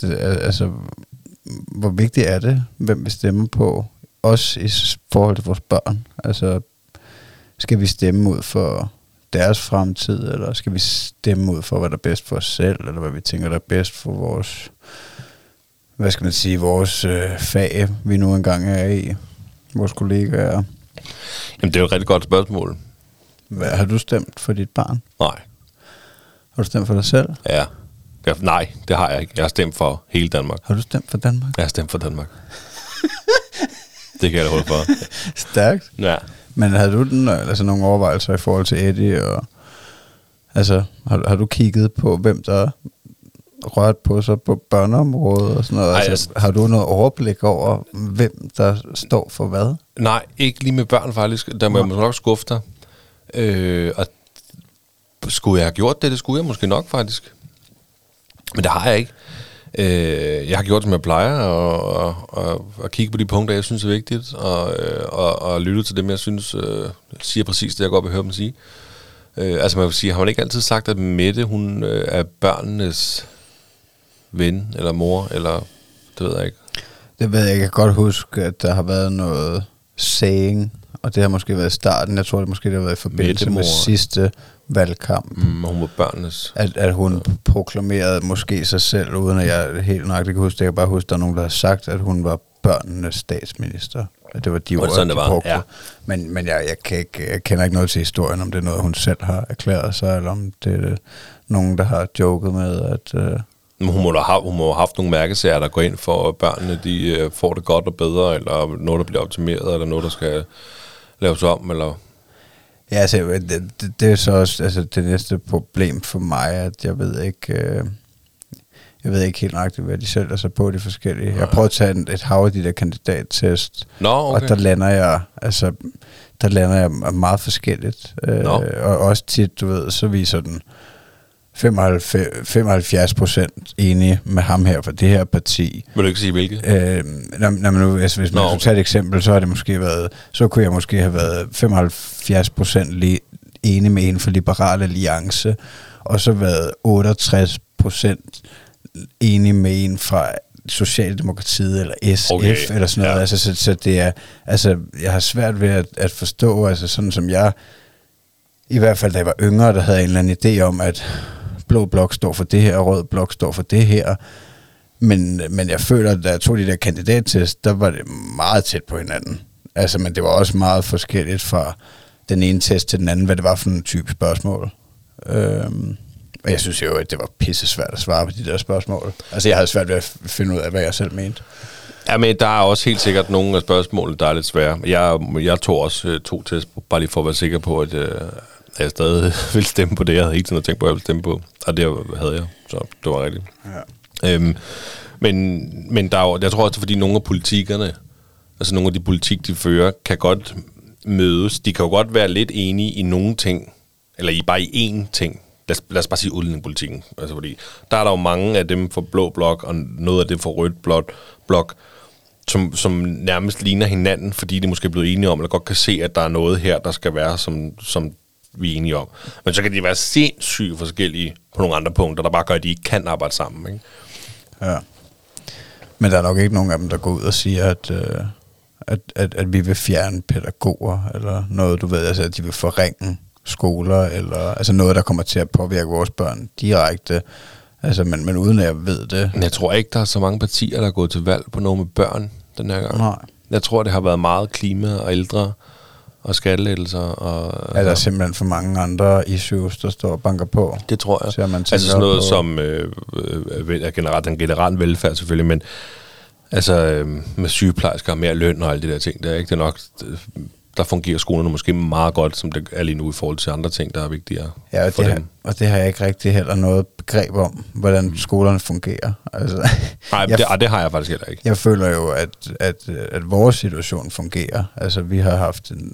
hvor vigtigt er det, hvem vi stemmer på, også i forhold til vores børn. Altså, skal vi stemme ud for deres fremtid, eller skal vi stemme ud for, hvad der er bedst for os selv, eller hvad vi tænker, der er bedst for vores, hvad skal man sige, vores fag, vi nu engang er i, vores kollegaer. Jamen, det er jo et rigtig godt spørgsmål. Har du stemt for dit barn? Nej. Har du stemt for dig selv? Ja. Nej, det har jeg ikke. Jeg har stemt for hele Danmark. Har du stemt for Danmark? Jeg har stemt for Danmark. Det kan jeg da holde for. Stærkt. Ja. Men havde du nogle overvejelser i forhold til Eddie? Og, altså, har du kigget på, hvem der rørt på sig på børneområdet og sådan noget? Ej, altså, har du noget overblik over, hvem der står for hvad? Nej, ikke lige med børn faktisk. Der må jeg måske nok skuffe dig. Og skulle jeg have gjort det? Det skulle jeg måske nok faktisk. Men det har jeg ikke. Jeg har gjort, som jeg plejer, og kigge på de punkter, jeg synes er vigtigt, og lytte til dem, jeg synes siger præcis det, jeg godt vil høre dem sige. Altså man vil sige, har man ikke altid sagt, at Mette, hun er børnenes ven, eller mor, eller det ved jeg ikke. Det ved jeg ikke. Jeg kan godt huske, at der har været noget saying, og det har måske været starten. Jeg tror, det måske det har været i forbindelse med sidste valgkamp. Hun var børnenes. At hun proklamerede måske sig selv, uden at jeg helt nøjagtigt kan huske det. Jeg kan bare huske, at der er nogen, der har sagt, at hun var børnenes statsminister. At det var de ord, de brugte. Ja. Men jeg kender ikke noget til historien, om det er noget, hun selv har erklæret sig, eller om det er nogen, der har joket med, at... Hun må have haft nogle mærkesager, der går ind for, at børnene de får det godt og bedre, eller noget, der bliver optimeret, eller noget, der skal laves om, eller... Ja, altså, det er så også altså, det næste problem for mig, at jeg ved ikke helt nøjagtigt, hvad de sælger sig på, de forskellige. Jeg prøver at tage et hav af de der kandidattest, okay. Og der lander jeg meget forskelligt. Og også tit, du ved, så viser den 75% enige med ham her fra det her parti. Vil du ikke sige hvilket? Hvis man skulle tage et eksempel, så har det måske været, så kunne jeg måske have været 75% enig med en for Liberal Alliance, og så været 68% enig med en fra Socialdemokratiet eller SF eller sådan noget. Ja. Altså, så det er, altså, jeg har svært ved at forstå, altså sådan som jeg, i hvert fald da jeg var yngre, der havde en eller anden idé om, at blå blok står for det her, og rød blok står for det her. Men jeg føler, at da jeg tog de der kandidattest, der var det meget tæt på hinanden. Altså, men det var også meget forskelligt fra den ene test til den anden, hvad det var for en type spørgsmål. Og jeg synes jo, at det var pisse svært at svare på de der spørgsmål. Altså, jeg havde svært ved at finde ud af, hvad jeg selv mente. Ja, men der er også helt sikkert nogle af spørgsmålene, der er lidt svære. Jeg tog også 2 test, bare lige for at være sikker på, at jeg stadig ville stemme på det, jeg havde hele tiden tænkt på, at jeg ville stemme på. Og det havde jeg, så det var rigtigt. Ja. Men der er jo, jeg tror også, fordi nogle af politikerne, altså nogle af de politik, de fører, kan godt mødes. De kan jo godt være lidt enige i nogle ting, eller bare i én ting. Lad os bare sige udlændingepolitikken. Altså fordi, der er der jo mange af dem for blå blok, og noget af det for rødt blok, som nærmest ligner hinanden, fordi de måske er blevet enige om, eller godt kan se, at der er noget her, der skal være, som vi er enige om. Men så kan de være sindssygt forskellige på nogle andre punkter, der bare gør, at de ikke kan arbejde sammen. Ikke? Ja. Men der er nok ikke nogen af dem, der går ud og siger, at vi vil fjerne pædagoger, eller noget, du ved, altså at de vil forringe skoler, eller altså noget, der kommer til at påvirke vores børn direkte. Altså, men uden at jeg ved det. Jeg tror ikke, der er så mange partier, der er gået til valg på noget med børn den her gang. Nej. Jeg tror, det har været meget klima og ældre og skattelettelser. Og er der simpelthen for mange andre issues, der står og banker på? Det tror jeg. Så man altså sådan noget som den generelle velfærd selvfølgelig, men altså med sygeplejersker og mere løn og alle de der ting, der er ikke det nok. der fungerer skolerne måske meget godt, som det er lige nu i forhold til andre ting, der er vigtigere for dem. Og det har jeg ikke rigtig heller noget begreb om, hvordan skolerne fungerer. Altså, Nej, det har jeg faktisk heller ikke. Jeg føler jo, at vores situation fungerer. Altså, vi har haft en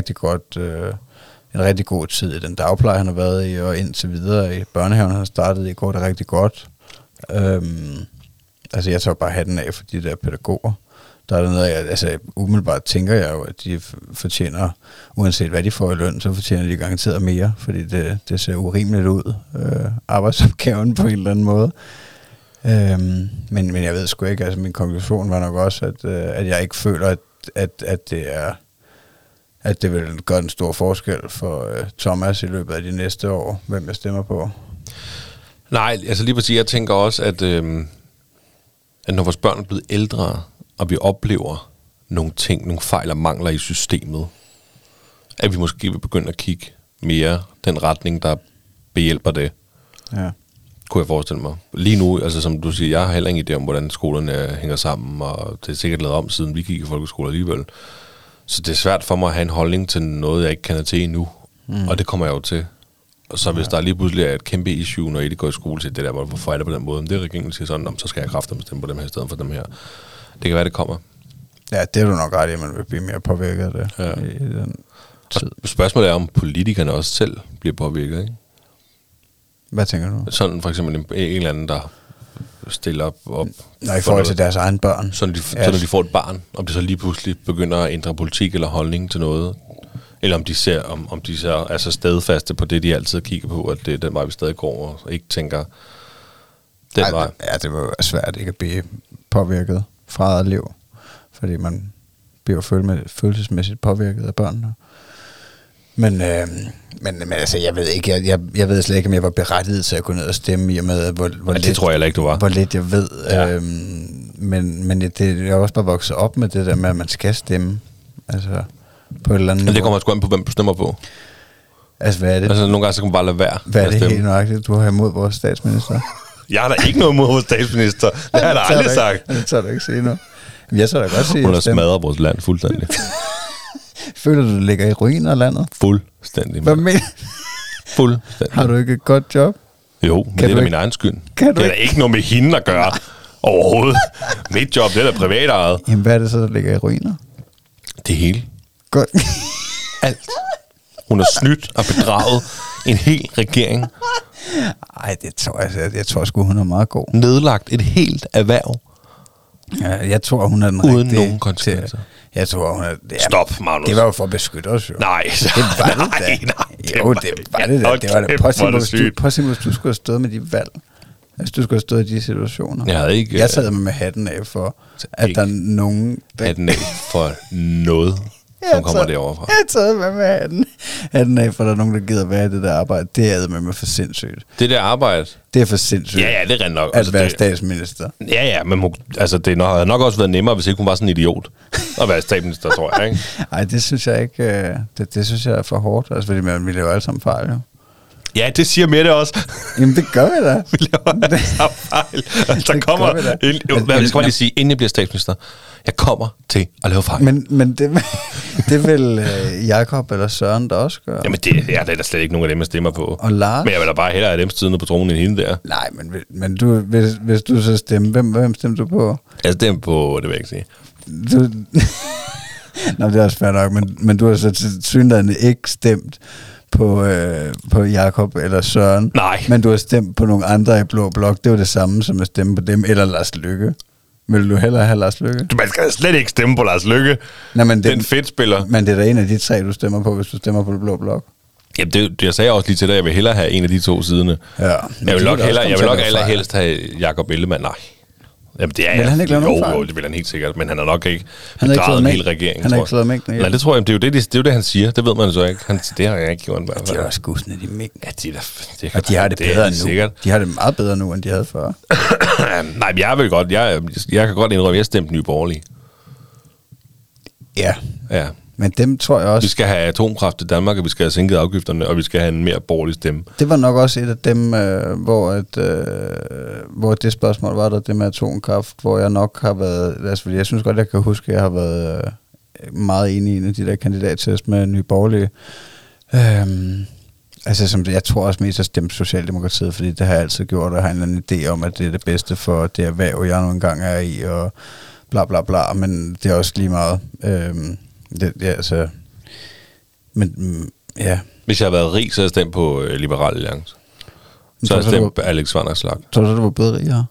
rigtig god tid i den dagpleje, han har været i, og indtil videre i børnehaven, han har startet i, går det rigtig godt. Altså, jeg tager bare hatten af for de der pædagoger. Der er noget, umiddelbart tænker jeg jo, at de fortjener, uanset hvad de får i løn, så fortjener de garanteret mere, fordi det ser urimeligt ud, arbejdsopgaven på en eller anden måde. Men jeg ved sgu ikke, altså min konklusion var nok også, at jeg ikke føler, at det vil gøre en stor forskel for Thomas i løbet af de næste år, hvem jeg stemmer på. Nej, altså lige præcis, jeg tænker også, at når vores børn er blevet ældre, og vi oplever nogle ting, nogle fejl og mangler i systemet, at vi måske vil begynde at kigge mere den retning, der behjælper det. Ja. Kunne jeg forestille mig. Lige nu, altså som du siger, jeg har heller ingen idé om, hvordan skolerne hænger sammen, og det er sikkert lavet om, siden vi gik i folkeskole alligevel. Så det er svært for mig at have en holdning til noget, jeg ikke kender til endnu. Og det kommer jeg jo til. Og så hvis der lige pludselig er et kæmpe issue, når I går i skole til det der, hvorfor er det på den måde? Det er regeringen, der siger sådan, så skal jeg kræfte stemme på dem her i stedet for dem her. Det kan være, det kommer. Ja, det er du nok ret i, at man vil blive mere påvirket af det. Ja. I den tid. Og spørgsmålet er, om politikerne også selv bliver påvirket, ikke? Hvad tænker du? Sådan for eksempel en eller anden, der stiller op. Når i forhold til deres egen børn. Så når de får et barn, om de så lige pludselig begynder at ændre politik eller holdning til noget, eller om de ser altså stedfaste på det, de altid kigger på, at det er den vej, vi stadig går, og ikke tænker den vej. Ja, det var svært ikke at blive påvirket fra eget liv, fordi man bliver følelsesmæssigt påvirket af børnene. Men altså, jeg ved ikke, jeg ved slet ikke, om jeg var berettiget til at gå ned og stemme i og med, hvor lidt, det tror jeg heller ikke, du var. Hvor lidt jeg ved. Ja. Men jeg er også bare vokset op med det der med, at man skal stemme. Altså, på et eller andet Men det kommer sgu an på, hvem du stemmer på. Altså, hvad er det? Altså, nogle gange så kan man bare lade være. Hvad er det helt nøjagtigt, du har imod vores statsminister? Jeg har da ikke noget imod vores statsminister. Det har jeg da aldrig sagt. Det tør du ikke sige noget. Jeg tør da godt sige. Hun har smadret vores land fuldstændig. Føler du ligger i ruiner af landet? Fuldstændig. Hvad mener Fuldstændig. Har du ikke et godt job? Jo, men det er da min egen skyld. Det er da ikke noget med hende at gøre overhovedet. Mit job, det er da privatejet. Jamen, hvad er det så, der ligger i ruiner? Det hele. Godt. Alt. Hun har snydt og bedraget en hel regering. Ej, jeg tror sgu, hun er meget god. Nedlagt et helt erhverv. Ja, jeg tror, hun er den uden rigtige. nogen konsekvenser. Jeg tror, hun er... Stop, Magnus. Det var jo for at beskytte os, jo. Nej. Det var det da. Jo, det var det da. Det var da prøv at du skulle have stået med de valg. Altså, du skulle have stået i de situationer. Jeg havde ikke... Jeg sad med hatten af for, at der er nogen... Hatten af for noget, som kommer derovre fra. Jeg har taget med hatten af, for der er nogen, der gider være i det der arbejde. Det er med for sindssygt. Det der arbejde... Det er for sindssygt. Ja, det er rent nok. At være statsminister. Ja, men altså, det havde nok også været nemmere, hvis ikke hun var sådan en idiot at være statsminister, tror jeg, ikke? Nej, det synes jeg ikke. Det synes jeg er for hårdt. Altså, fordi vi laver alle sammen fejl, jo. Ja, det siger Mette også. Jamen, det gør vi da. Vi laver alle sammen fejl. Der kommer... Hvad skal man lige sige, inden jeg bliver statsminister? Jeg kommer til at lave fejl. Men det vil Jakob eller Søren der også gøre. Jamen, det er der slet ikke nogen af dem, jeg stemmer på. Og Lars? Men jeg vil da bare hellere have dem siddende på tronen end hende der. Nej, men du, hvis du så stemmer, hvem stemmer du på? Jeg stemmer på, det vil jeg ikke sige. Nå, det er også fair nok, men du har så til synligheden ikke stemt på Jakob eller Søren. Nej. Men du har stemt på nogle andre i Blå Blok. Det var det samme som at stemme på dem eller Lars Løkke. Vil du hellere have Lars Løkke? Man skal slet ikke stemme på Lars Løkke. Nej, men den fedtspiller. Men det er da en af de tre, du stemmer på, hvis du stemmer på det Blå Blok. Jamen, det jeg sagde også lige til dig, jeg vil hellere have en af de to siderne. Ja. Jeg vil nok allerhelst have Jakob Ellemann. Nej. Jamen, det er vil han ikke lave nogen fejl? Jo, det vil han helt sikkert, men han har nok ikke bedraget en hel regering. Han har ikke slået mængden. Nej, det tror jeg, det er jo det, han siger. Det ved man så ikke. Det har jeg ikke gjort. Ja, de er også skudsende, de mængden. Ja, de har det bedre nu. Sikkert. De har det meget bedre nu, end de havde før. Nej, men jeg vil godt. Jeg kan godt indrømme, at jeg stemte Nye Borgerlige. Ja. Ja. Men dem tror jeg også... Vi skal have atomkraft i Danmark, og vi skal have sænket afgifterne, og vi skal have en mere borgerlig stemme. Det var nok også et af dem, hvor det spørgsmål var der, det med atomkraft, hvor jeg nok har været... Altså, fordi jeg synes godt, jeg kan huske, at jeg har været meget enig i en af de der kandidattest med Nye Borgerlige. Altså, som jeg tror også mest har stemt Socialdemokratiet, fordi det har jeg altid gjort, og har en eller anden idé om, at det er det bedste for det erhverv, jeg nu engang er i, og bla bla bla, men det er også lige meget. Hvis jeg havde været rig, så havde jeg stemt på Liberal Alliance. Så havde jeg stemt på Alex Vanderslag. Tror du, du var bedre rigere?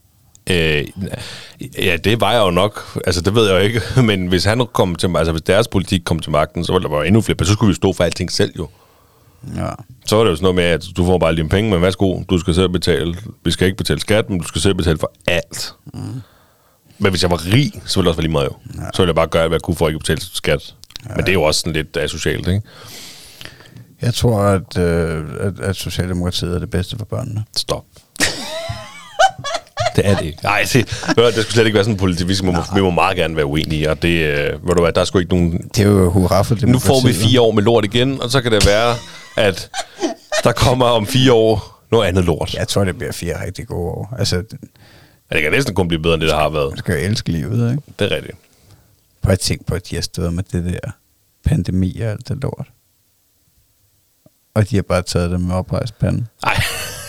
Ja, det var jeg jo nok. Altså, det ved jeg jo ikke. Men hvis han kom til, altså hvis deres politik kom til magten, så ville der være endnu flere. Så skulle vi stå for alting selv jo. Ja. Så var det jo sådan noget med, at du får bare dine penge, men værsgo, du skal selv betale. Vi skal ikke betale skat, men du skal selv betale for alt. Men hvis jeg var rig, så ville det også være lige meget jo. Ja. Så ville jeg bare gøre, hvad jeg kunne for ikke at betale skat. Ja. Men det er jo også sådan lidt asocialt, ikke? Jeg tror, at Socialdemokratiet er det bedste for børnene. Stop. Det er det ikke. Nej, det skulle slet ikke være sådan en politik. Vi må meget gerne være uenige, og det, ved du hvad, der er sgu ikke nogen... Det er jo hurra for demokratiet. Nu får vi 4 år med lort igen, og så kan det være, at der kommer om 4 år noget andet lort. Jeg tror, det bliver 4 rigtig gode år. Altså, det kan næsten kun blive bedre, end det, der har været. Man skal jo elske livet, ikke? Det er rigtigt. Prøv at tænke på, at de har stået med det der pandemi og alt det lort. Og de har bare taget det med oprejst pande. Nej.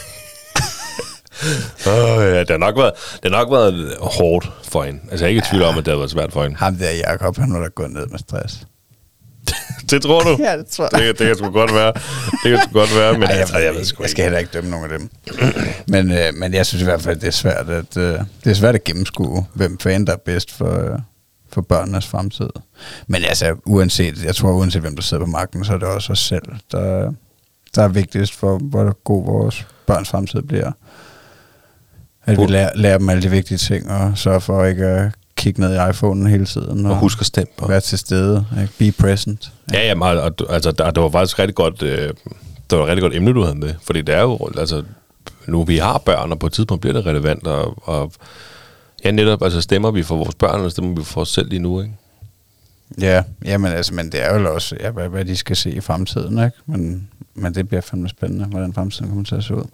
Ja, det har nok været hårdt for hende. Altså, jeg er ikke i tvivl om, at det har været svært for hende. Ham der Jacob, han var da gået ned med stress. Det tror du? Ja, det tror jeg. Det kan sgu godt være. Men jeg skal heller ikke dømme nogen af dem. Men jeg synes i hvert fald, det er svært at gennemskue, hvem fanden der er bedst for børnenes fremtid. Men altså, uanset hvem der sidder på magten, så er det også os selv, der er vigtigst for, hvor god vores børns fremtid bliver. At vi lærer dem alle de vigtige ting, og sørger for ikke at kigge ned i iPhone'en hele tiden. Og husk at stemme på. Være til stede. Be present. Ja, altså, det var faktisk rigtig godt, det var et rigtig godt emne, du havde med. Fordi det er jo, altså, nu vi har børn, og på et tidspunkt bliver det relevant, og ja, netop, altså stemmer vi for vores børn, eller stemmer vi for os selv lige nu, ikke? Ja, jamen, altså, men det er jo også, ja, hvad de skal se i fremtiden, ikke? Men det bliver fandme spændende, hvordan fremtiden kommer til at se ud.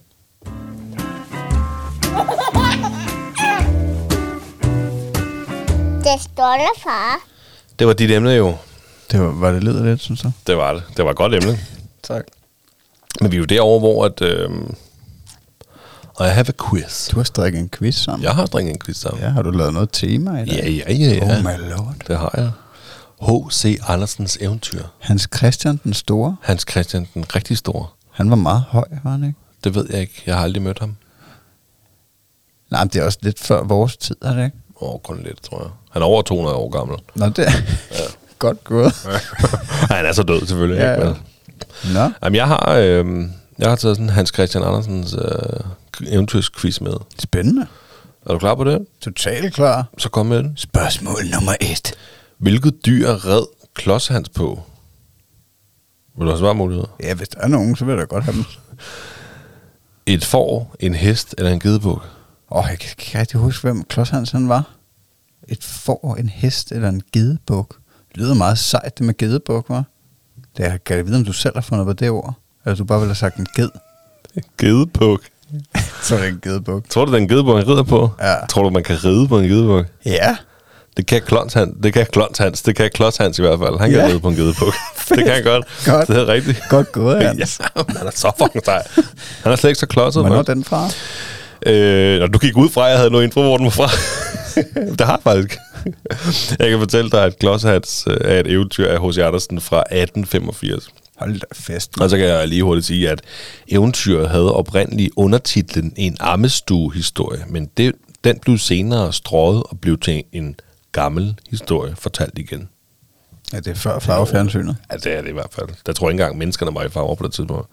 Det stolte far. Det var dit emne jo. Var det lyder lidt, synes jeg? Det var det. Det var et godt emne. Tak. Men vi er jo derovre, hvor at... I have a quiz. Du har strikket en quiz sammen. Jeg har strikket en quiz sammen. Ja, har du lavet noget tema i dag? Ja. Oh my lord. Det har jeg. H.C. Andersens eventyr. Hans Christian den Store? Hans Christian den rigtig store. Han var meget høj, var han ikke? Det ved jeg ikke. Jeg har aldrig mødt ham. Nej, men det er også lidt før vores tid, er det ikke? Kun lidt, tror jeg. Han er over 200 år gammel. Nå, det er godt gået. Nej, han er så død selvfølgelig. Ja, ikke? Ja. Nå. Jamen, jeg har taget sådan Hans Christian Andersens eventyrsquiz med. Spændende. Er du klar på det? Totalt klar. Så kom med den. Spørgsmål nummer 1. Hvilket dyr red Klodshans på? Vil du have svarmuligheder? Ja, hvis der er nogen, så vil jeg da godt have dem. Et får, en hest eller en gedebuk? Jeg kan ikke rigtig huske, hvem Klodshans han var. Et får, en hest eller en gedebuk. Det lyder meget sejt, det med gedebuk, var. Det kan jeg vide, om du selv har fundet på det ord. Eller du bare ville have sagt en ged. Gedebuk? Så er det en gedebuk. Tror du, det er en gedebuk, han rider på? Ja. Tror du, man kan ride på en gedebuk? Ja. Det kan Klodshans i hvert fald. Han kan ride på en gedebuk. Det kan han godt. Det er rigtigt. Godt gået, Hans. Ja, han er så fucking sej. Han er slet ikke så klodset. Hvornår den fra? Når du gik ud fra, jeg havde noget info, hvor den var fra. Det har jeg faktisk. Jeg kan fortælle dig, at Klodshans er et eventyr af H.C. Andersen fra 1885. Hold da fest. Og så kan jeg lige hurtigt sige, at eventyret havde oprindeligt undertitlen En ammestuehistorie, men den blev senere strøget og blev til en gammel historie fortalt igen. Ja, det er før farvefjernsynet. Ja, det er det i hvert fald. Der tror jeg ikke engang, menneskerne var i farver på det tidspunkt.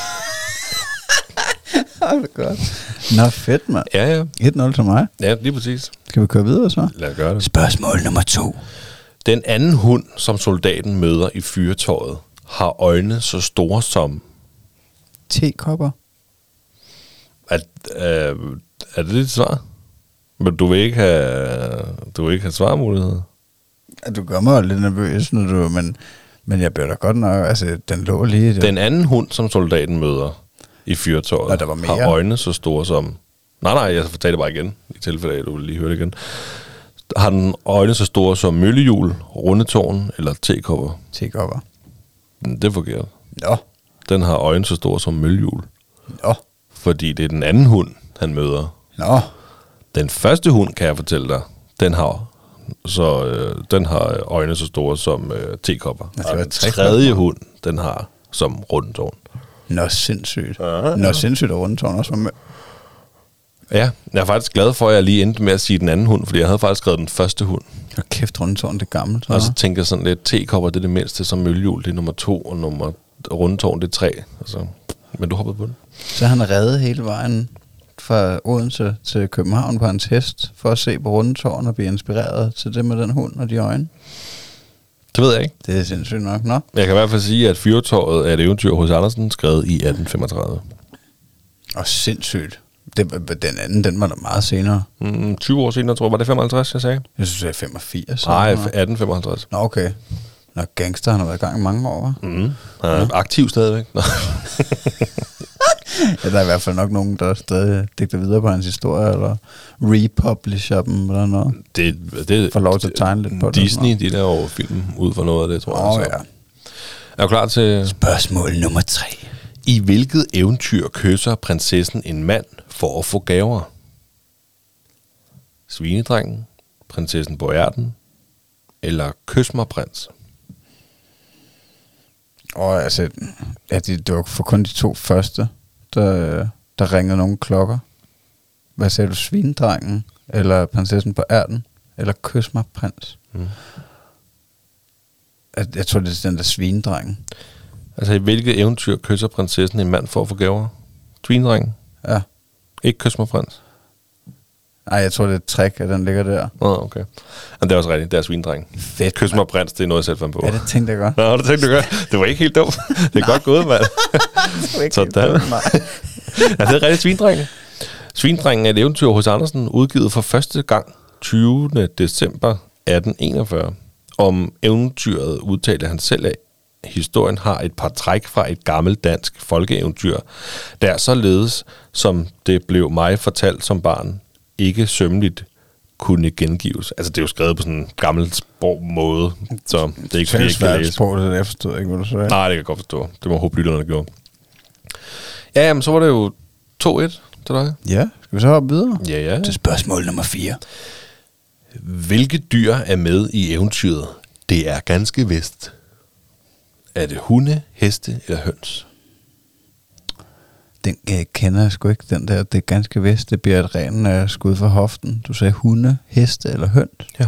Det er godt. Nå, fedt, mand. Ja. 1-0 til mig. Ja, lige præcis. Skal vi køre videre så? Lad os gøre det. Spørgsmål nummer 2. Den anden hund, som soldaten møder i fyrtårnet, har øjne så store som... Tekopper. Er det dit svar? Men du vil ikke have svarmuligheder? Du gør mig lidt nervøs, men jeg bliver da godt nok... Altså, den lå lige... Den anden hund, som soldaten møder i fyrtårnet, har øjne så store som... Nej, jeg fortæller det bare igen, i tilfælde af, at du vil lige høre det igen. Har den øjne så store som møllehjul, rundetårn eller tekopper? Tekopper. Det er forkert. Nå. Den har øjne så store som møllehjul. Nå. Fordi det er den anden hund, han møder. Nå. Den første hund, kan jeg fortælle dig, den har øjne så store som tekopper. Altså, og den tredje hund, den har som rundetårn. Nå, sindssygt. Nå, sindssygt, og rundetårn også var med. Ja, jeg er faktisk glad for, at jeg lige endte med at sige den anden hund, fordi jeg havde faktisk skrevet den første hund. Og kæft, rundetårn, det er gammelt. Og så tænker jeg sådan lidt, tekopper, det er det mindste, som møllehjul, det er nummer 2, og rundetårn, det er 3. Altså, men du hoppede på den. Så han reddet hele vejen fra Odense til København på hans hest, for at se på rundetårn og blive inspireret til det med den hund og de øjne. Det ved jeg ikke. Det er sindssygt nok, nå? Jeg kan i hvert fald sige, at Fyrtårnet er et eventyr hos Andersen, skrevet i 1835. Og sindssygt. Den anden, den var der meget senere. 20 år senere, tror jeg. Var det 55, jeg sagde? Jeg synes, det er 85. Nej, 1855. Nå, okay. Nå, gangster, han har været i gang i mange år, hva'? Han er aktiv stadigvæk. Ja, der er i hvert fald nok nogen, der stadig digter videre på hans historie, eller republisher dem, eller noget. Det får lov til at tegne lidt på det. Disney, de laver film ud for noget af det, tror jeg. Ja. Er du klar til... Spørgsmål nummer 3. I hvilket eventyr kysser prinsessen en mand for at få gaver? Svinedrengen, prinsessen på ærten, eller Kys mig, prins? Og altså, ja, det var for kun de 2 første, der ringede nogle klokker. Hvad sagde du, svinedrengen, eller prinsessen på ærten, eller Kys mig, prins? Jeg tror, det er den der svinedrengen. Altså, i hvilket eventyr kysser prinsessen en mand for at få gaver? Svinedrengen? Ja. Ikke Kys mig, prins? Nej, jeg tror, det er et trick, at den ligger der. Okay. Men det er også rigtigt, det er svinedrengen. Fedt. Kys mig, prins, det er noget, jeg selv fandt på. Ja, det tænkte jeg godt. Nå, det tænkte du godt. Det var ikke helt dumt. Det er godt gået, mand. Sådan. Ja, det er rigtig svinedrengen. Svinedrengen er et eventyr hos Andersen, udgivet for første gang 20. december 1841. Om eventyret udtalte han selv af. Historien har et par træk fra et gammelt dansk folkeeventyr, der således, som det blev mig fortalt som barn, ikke sømmeligt kunne gengives. Altså, det er jo skrevet på sådan en gammel sprogmåde, så det er ikke fordi, jeg kan læse. Sprog, det jeg forstod ikke, hvad du sagde. Nej, det kan jeg godt forstå. Det må håbe lytterne gjorde. Ja, jamen, så var det jo 2-1 til dig. Ja, skal vi så hoppe videre? Ja. Til spørgsmål nummer 4. Hvilke dyr er med i eventyret? Det er ganske vist. Er det hunde, heste eller høns? Den kender jeg sgu ikke, den der. Det er ganske vist. Det bliver et ren skud fra hoften. Du sagde hunde, heste eller høns? Ja.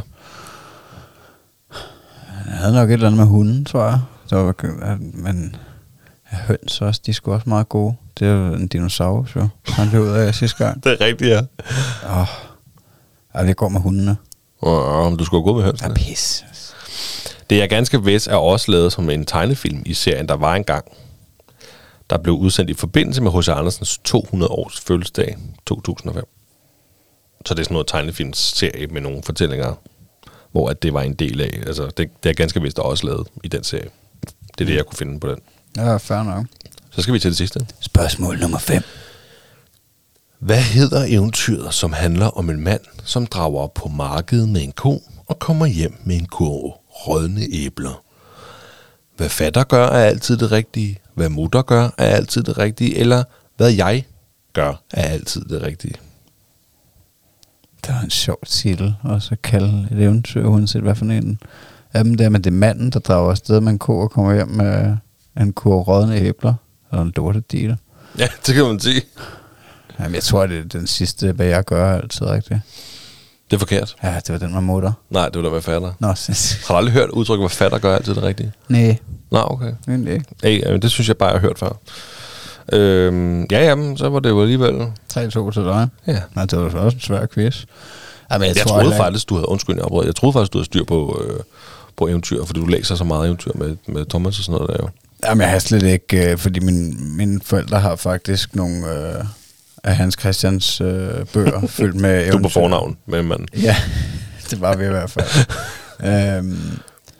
Jeg havde nok et eller andet med hunden, tror jeg. Men høns også, de er sgu også meget gode. Det er jo en dinosaurus, jo. Han blev ud af sidste gang. Det er rigtigt, ja. Det går med hundene. Du skulle gå med høns. Der er pis. Det er ganske vist er også lavet som en tegnefilm i serien Der var engang, der blev udsendt i forbindelse med H.C. Andersens 200 års fødselsdag 2005. Så det er sådan noget tegnefilmsserie med nogle fortællinger, hvor at det var en del af. Altså, det er ganske vist også lavet i den serie. Det er det, jeg kunne finde på den. Ja, fair nok. Så skal vi til det sidste. Spørgsmål nummer 5. Hvad hedder eventyret, som handler om en mand, som drager på markedet med en ko og kommer hjem med en kurv rådne æbler? Hvad fatter gør er altid det rigtige, hvad mutter gør er altid det rigtige, eller hvad jeg gør er altid det rigtige? Det var en sjov titel, også at kalde et eventyr, uanset hvad for en af dem der, men det er manden, der drager afsted med en ko og kommer hjem med en kurv rådne æbler, eller en lortedil. Ja, det kan man sige. Jamen, jeg tror, det er den sidste, hvad jeg gør er altid rigtigt. Det er forkert. Ja, det var den med mutter. Nej, det var da, hvad fatter. Nå, sindssygt. Har du aldrig hørt udtrykket, hvad fatter gør altid det rigtige? Nej. Nå, okay. Egentlig ikke. Hey, det synes jeg bare, jeg har hørt før. Jamen, så var det jo alligevel... 3-2 til dig. Ja. Nej, det var også en svær quiz. Jamen, Jeg troede faktisk, du havde... Undskyld, jeg afbrød. Jeg troede faktisk, du havde styr på eventyr, fordi du læser så meget eventyr med Thomas og sådan noget der jo. Jamen, jeg har slet ikke... Fordi mine forældre har faktisk nogle... af Hans Christians bøger fyldt med eventyr. Du er på fornavn med manden. Ja, det var vi i hvert fald.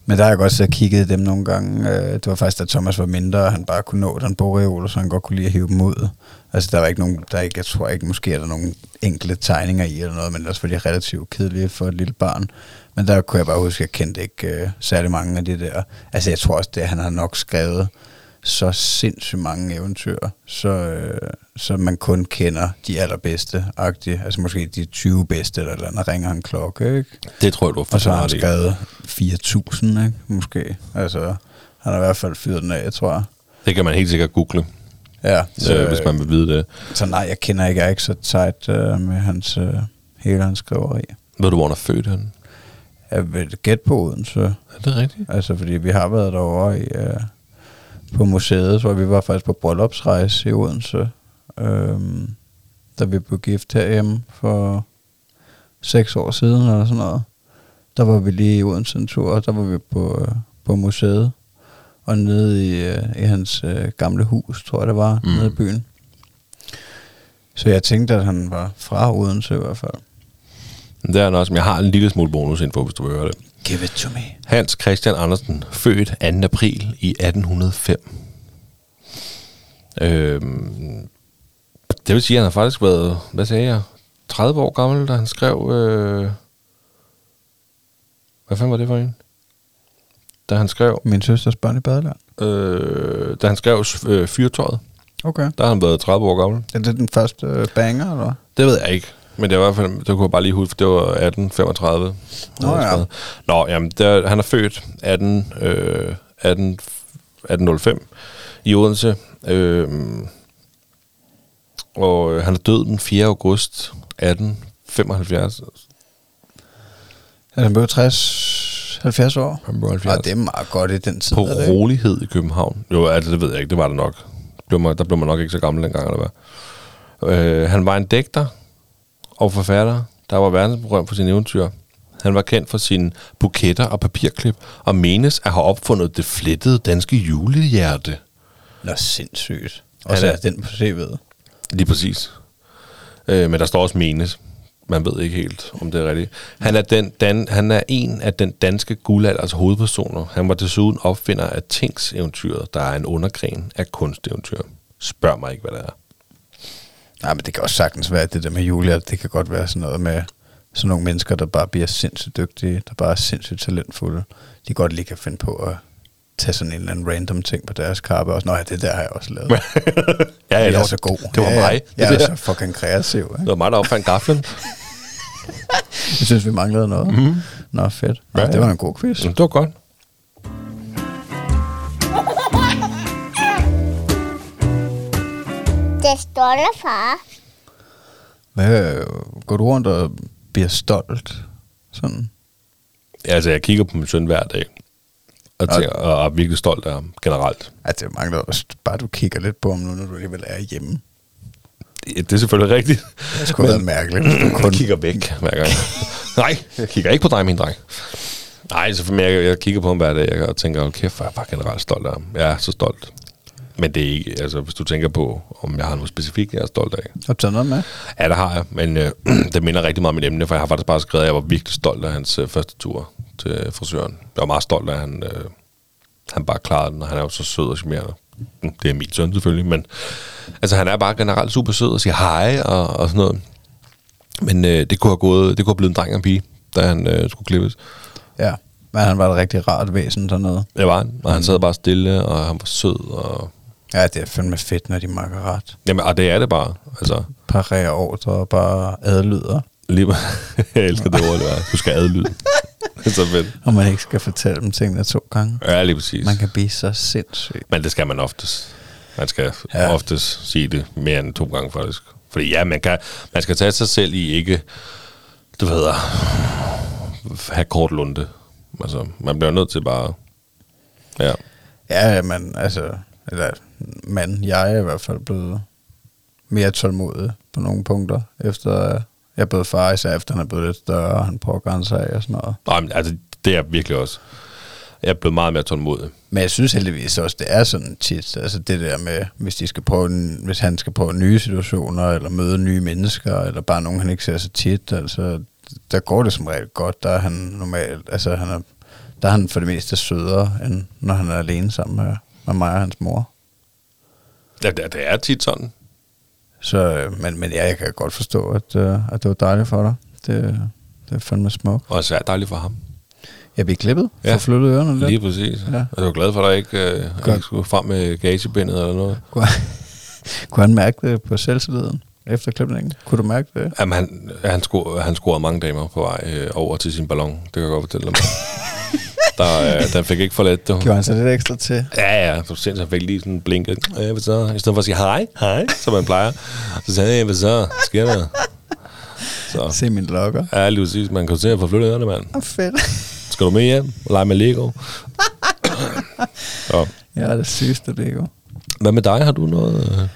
Men der har jeg godt så kigget dem nogle gange. Det var faktisk, da Thomas var mindre, og han bare kunne nå den boreoler, så han godt kunne lide at hive dem ud. Altså, der var ikke nogen, jeg tror ikke, måske er der nogle enkelte tegninger i eller noget, men ellers var de relativt kedelige for et lille barn. Men der kunne jeg bare huske, at jeg kendte ikke særlig mange af de der. Altså, jeg tror også, at han har nok skrevet så sindssygt mange eventyr, så man kun kender de allerbedste-agtige. Altså måske de 20 bedste, eller andet, ringer han klokke, ikke? Det tror jeg, du har og så har han skrevet 4.000, ikke? Måske. Altså, han har i hvert fald fyret den af, tror jeg. Det kan man helt sikkert google, ja, hvis man vil vide det. Så nej, jeg er ikke så tight med hele hans skriveri. Ved du, hvor han er født han? Jeg vil gætte på Odense. Er det rigtigt? Altså, fordi vi har været derovre på museet, så vi var faktisk på bryllupsrejse i Odense, da vi blev gift herhjemme for 6 år siden, eller sådan noget. Der var vi lige i Odense en tur, og der var vi på museet, og nede i hans gamle hus, tror jeg det var, nede i byen. Så jeg tænkte, at han var fra Odense i hvert fald. Det er han også, men jeg har en lille smule bonusinfo, hvis du vil høre det. Give it to me. Hans Christian Andersen, født 2. april i 1805. Det vil sige, at han har faktisk været, hvad sagde jeg, 30 år gammel, da han skrev... hvad fanden var det for en? Da han skrev... Min søsters børn i badeland. Da han skrev Fyrtøjet. Okay. Der har han været 30 år gammel. Er det den første banger, eller? Det ved jeg ikke. Men det var i hvert fald, det kunne jeg bare lige huske, for det var 1835. Nå ja. Nå, jamen, han er født 1805 i Odense. Og han er død den 4. august 1875. Er han blevet 70 år? Han blev 70. Og det er meget godt i den tid. På rolighed i København. Jo, altså det ved jeg ikke, det var det nok. Der blev man nok ikke så gammel dengang, eller hvad. Han var en digter og forfatter, der var verdensberømt for sine eventyr. Han var kendt for sine buketter og papirklip, og menes at have opfundet det flettede danske julehjerte. Nå, sindssygt. Og så er den på CV'et. Lige præcis. Men der står også menes. Man ved ikke helt, om det er rigtigt. Han er en af den danske guldalders hovedpersoner. Han var desuden opfinder af Tings-eventyret, der er en undergren af kunsteventyr. Spørg mig ikke, hvad det er. Nej, men det kan også sagtens være, at det der med julehjerte, det kan godt være sådan noget med sådan nogle mennesker, der bare bliver sindssygt dygtige, der bare er sindssygt talentfulde. De godt lige kan finde på at tage sådan en eller anden random ting på deres kappe, og sådan, nå ja, det der har jeg også lavet. Ja, det er så god. Det var mig. Jeg er så fucking kreativ. Ikke? Det var mig, der opfandt gaflen. Jeg synes, vi manglede noget. Mm-hmm. Nå, fedt. Ja, det var en god quiz. Det var godt. Det stolte far. Hvad går du rundt og bliver stolt? Sådan. Ja, altså, jeg kigger på min søn hver dag, og er virkelig stolt af ham generelt. Altså, det mangler også bare, du kigger lidt på ham nu, når du alligevel er hjemme. Det er selvfølgelig rigtigt. Det skulle være mærkeligt, hvis du kun kigger væk hver gang. Nej, jeg kigger ikke på dig, min dreng. Nej, selvfølgelig, jeg kigger på ham hver dag, og tænker, okay, jeg er bare generelt stolt af ham. Jeg er så stolt. Men det er ikke, altså hvis du tænker på, om jeg har noget specifikt, jeg er stolt af. Har du taget noget med? Ja, det har jeg, men det minder rigtig meget om mit emne, for jeg har faktisk bare skrevet, at jeg var virkelig stolt af hans første tur til frisøren. Jeg var meget stolt af, at han bare klarede den, og han er jo så sød og charmerende. Det er min søn selvfølgelig, men altså han er bare generelt super sød og siger hej og sådan noget. Men det kunne have blevet en dreng og en pige, da han skulle klippes. Ja, men han var et rigtig rart væsen dernede. Det var han, og han sad bare stille, og han var sød og... Ja, det er fandme fedt, når de makker ret. Jamen, og det er det bare, altså. Parerer ordre og bare adlyder. Lige jeg elsker det ord, det er. Du skal adlyde. Det er så fedt. Og man ikke skal fortælle dem tingene 2 gange. Ja, lige præcis. Man kan blive så sindssyg. Men det skal man oftest. Man skal oftest sige det mere end 2 gange, faktisk. Fordi ja, man skal tage sig selv i ikke, du ved, have kort lunde. Altså, man bliver nødt til bare... Ja. Ja, men altså... jeg er i hvert fald blevet mere tålmodig på nogle punkter, efter jeg er blevet far, især efter han er blevet lidt større, og han pågår sig og sådan noget. Nej, men altså, det er jeg virkelig også. Jeg er blevet meget mere tålmodig. Men jeg synes heldigvis også, det er sådan tit, altså det der med, hvis han skal prøve nye situationer, eller møde nye mennesker, eller bare nogen, han ikke ser så tit, altså, der går det som regel godt, der er han normalt, altså han er der er han for det meste sødere, end når han er alene sammen med mig og hans mor. Ja, det er tit sådan. Så, men ja, jeg kan godt forstå, at det var dejligt for dig. Det er fandme smukt. Og svært dejligt for ham. Jeg blev klippet for flyttet ørerne lidt. Lige præcis. Ja. Og jeg var glad for, at der ikke skulle frem med gagebindet eller noget. Kunne han mærke det på selvtilliden efter klipningen? Kunne du mærke det? Jamen, han scorede mange damer på vej over til sin ballon. Det kan jeg godt fortælle dig. Den fik ikke for let, du. Gjorde han så lidt ekstra til? Ja. Så sent han fik lige sådan blinket. Hvad så? I stedet for at sige hej, som man plejer. Så sagde han, hvad så? Sker der? Så. Se min lokker. Ja, lige præcis. Man kan se at få flyttet ørerne, mand. Fedt. Skal du med hjem og lege med Lego? Så. Ja, det sygeste Lego. Hvad med dig? Har du noget?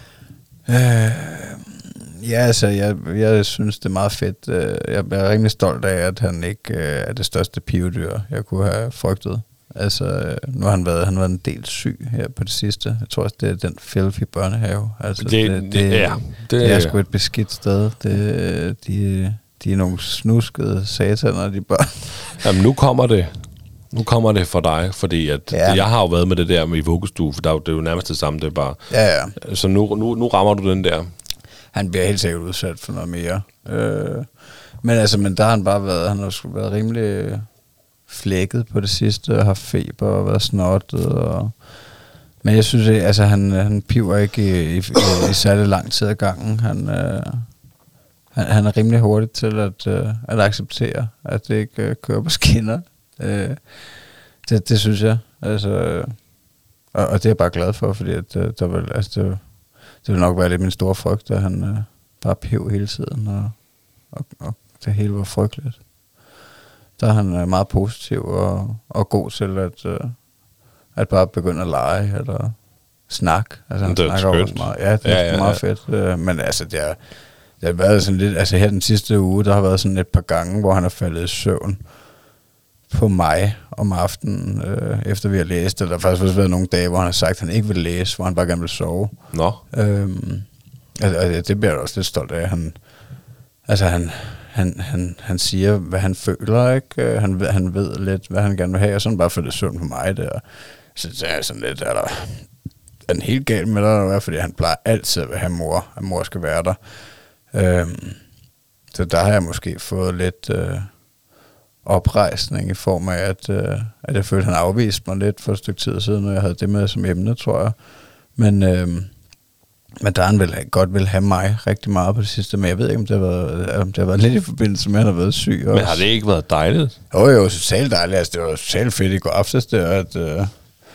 Ja, altså, jeg synes, det er meget fedt. Jeg er rimelig stolt af, at han ikke er det største pivedyr, jeg kunne have frygtet. Altså, nu har han været en del syg her på det sidste. Jeg tror også, det er den filthy børnehave. Altså, det er sgu et beskidt sted. De er nogle snuskede sataner, de børn. Jamen, nu kommer det for dig, fordi at jeg har jo været med det der med i vuggestue, for det er jo nærmest det samme, det er bare. Ja. Så nu rammer du den der. Han bliver helt sikkert udsat for noget mere. Men der har han bare været, han har sgu været rimelig flækket på det sidste, og har feber og været snottet. Men jeg synes ikke, altså han piver ikke i særlig lang tid ad gangen. Han er rimelig hurtig til at acceptere, at det ikke kører på skinner. Det synes jeg. Altså, og det er jeg bare glad for, fordi at, det vil nok være lidt min store frygt, at han bare piv hele tiden, og det hele var frygteligt. Der er han meget positiv og god til at bare begynde at lege eller snakke. Altså han snakker også meget. Ja, det er meget fedt. Men altså det har været sådan lidt, altså her den sidste uge, der har været sådan et par gange, hvor han har faldet i søvn på mig om aftenen, efter vi har læst. Der har faktisk også været nogle dage, hvor han har sagt, at han ikke vil læse, hvor han bare gerne vil sove. Nå. Det bliver jeg også lidt stolt af. Han siger, hvad han føler, ikke? Han ved lidt, hvad han gerne vil have, og sådan bare faldet i søvn på mig der. Så er jeg sådan lidt, er han helt galt med dig, fordi han plejer altid at have mor, at mor skal være der. Så der har jeg måske fået lidt oprejsning i form af, at jeg følte, at han afviste mig lidt for et stykke tid siden, når jeg havde det med som emne, tror jeg. Men der han godt vil have mig rigtig meget på det sidste, men jeg ved ikke, om det har været lidt i forbindelse med, at han har været syg også. Men har det ikke været dejligt? Jo, totalt dejligt. Altså, det var totalt fedt i går aftes, der,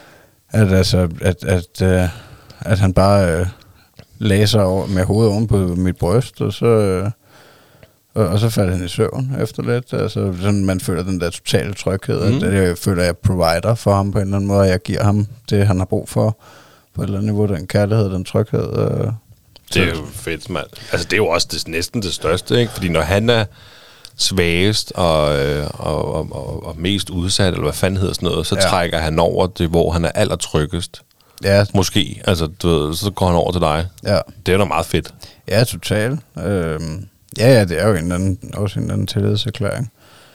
at han bare lagde sig med hovedet oven på mit bryst, og så faldt han i søvn efter lidt. Altså, sådan, man føler den der totale tryghed, at jeg føler, at jeg provider for ham på en eller anden måde, og jeg giver ham det, han har brug for på et eller andet niveau, den kærlighed, den tryghed. Det er jo fedt, mand. Altså, det er jo også næsten det største, ikke? Fordi når han er svagest og mest udsat, eller hvad fanden hedder sådan noget, så trækker han over det, hvor han er allertryggest. Ja. Måske. Altså, du ved, så går han over til dig. Ja. Det er jo meget fedt. Ja, totalt. Ja, det er jo også en eller anden tillidserklæring.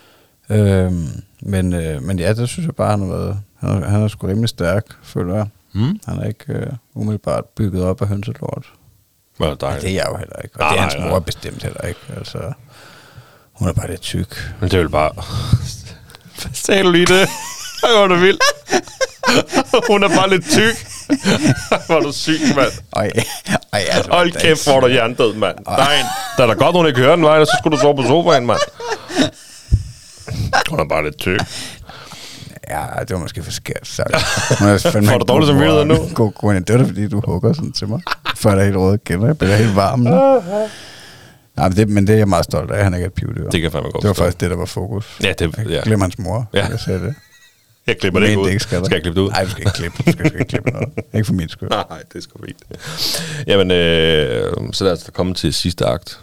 Men ja, det synes jeg bare, han er sgu rimelig stærk, føler jeg. Han er ikke umiddelbart bygget op af hønselort. Ja, det er jeg jo heller ikke. Og det er hans mor bestemt heller ikke. Altså, hun er bare lidt tyk. Men det er vel bare... Hvad sagde du lige det? Hvor var du vild. Hun er bare lidt tyk. Hvor er du syg, mand. Altså, hold kæft, hvor er du hjernedød, mand. Nej, der er da godt, hun ikke hører den vej, så skulle du sove på sofaen, mand. Hun er bare lidt tyk. Ja, det var måske for skært. Får du dårligt som videre nu? Det var da, fordi du hugger sådan til mig. Før der er helt røde kender. Jeg bliver helt varm nu. Nej, men det er jeg meget stolt af, at han ikke er et pivdyr. Det kan fandme godt. Det var faktisk det, der var fokus. Ja, jeg glemmer hans mor. Ja. Jeg sagde det. Jeg klipper det ikke ud. Skal jeg klippe det ud? Nej, du skal ikke klippe. Du skal ikke klippe noget. Ikke for min skyld. Nej, det er sgu fint. Jamen, så lad os komme til sidste akt.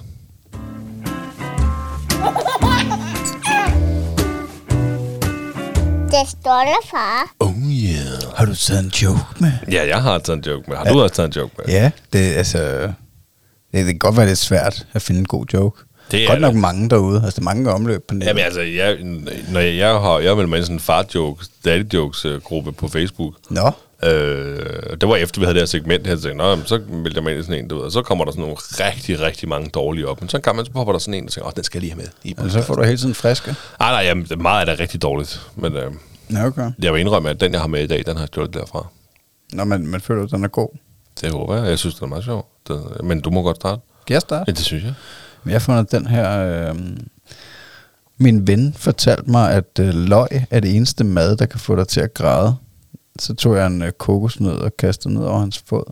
Det stolte far. Oh yeah. Har du taget en joke med? Ja, jeg har taget en joke med. Har du også taget en joke med? Ja, det kan godt være lidt svært at finde en god joke. Det er godt nok mange derude. Altså, mange omløb på nettet. Jamen altså, jeg har meldt mig i sådan en far-jokes, daddy-jokes-gruppe på Facebook. Nå. Det var efter, vi havde det her segment her, så meldte jeg mig ind i sådan en, du ved, og så kommer der sådan nogle rigtig, rigtig mange dårlige op. Men så popper der sådan en, og tænker, den skal jeg lige have med. Og så får du hele tiden friske? Nej, jamen, meget af det er rigtig dårligt. Men okay. Jeg vil indrømme, at den, jeg har med i dag, den har jeg stjålet derfra. Nå, men føler du, den er god? Det håber jeg. Jeg synes, den er meget sjov. Men du må godt starte. Kan jeg starte? Ja, det synes jeg. Jeg har fundet den her... Min ven fortalte mig, at løg er det eneste mad, der kan få dig til at græde. Så tog jeg en kokosnød og kastede ned over hans fod.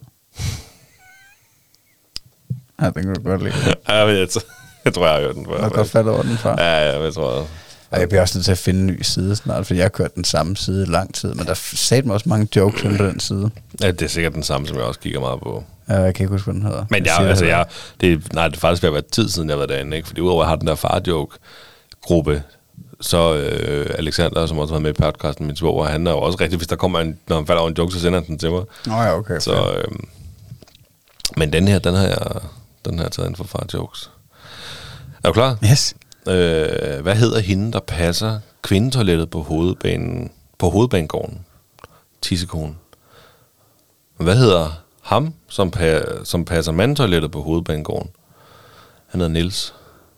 Ja, den kan du godt lide. Ja, jeg tror, jeg har hørt den før. Jeg har godt fattet over den før. Ja, jeg tror jeg. Og jeg bliver også nødt til at finde en ny side snart, for jeg har kørt den samme side i lang tid, men der sagde mig også mange jokes på den side. Ja, det er sikkert den samme, som jeg også kigger meget på. Ja, jeg kan ikke huske, hvad den hedder. Men det er faktisk ved at være tid siden, jeg har været derinde, ikke? Fordi udover at jeg har den der far-joke-gruppe, så Alexander, som også har været med i podcasten, min svoger, han er jo også rigtig, hvis der kommer når han falder over en joke, så sender han den til mig. Nå ja, okay. Så, men den her, den har jeg taget ind for far-jokes. Er du klar? Yes. Hvad hedder hende, der passer kvindetoilettet på hovedbanegården? Tissekonen. Hvad hedder ham, som passer mandetoilettet på hovedbanegården? Han hedder Niels.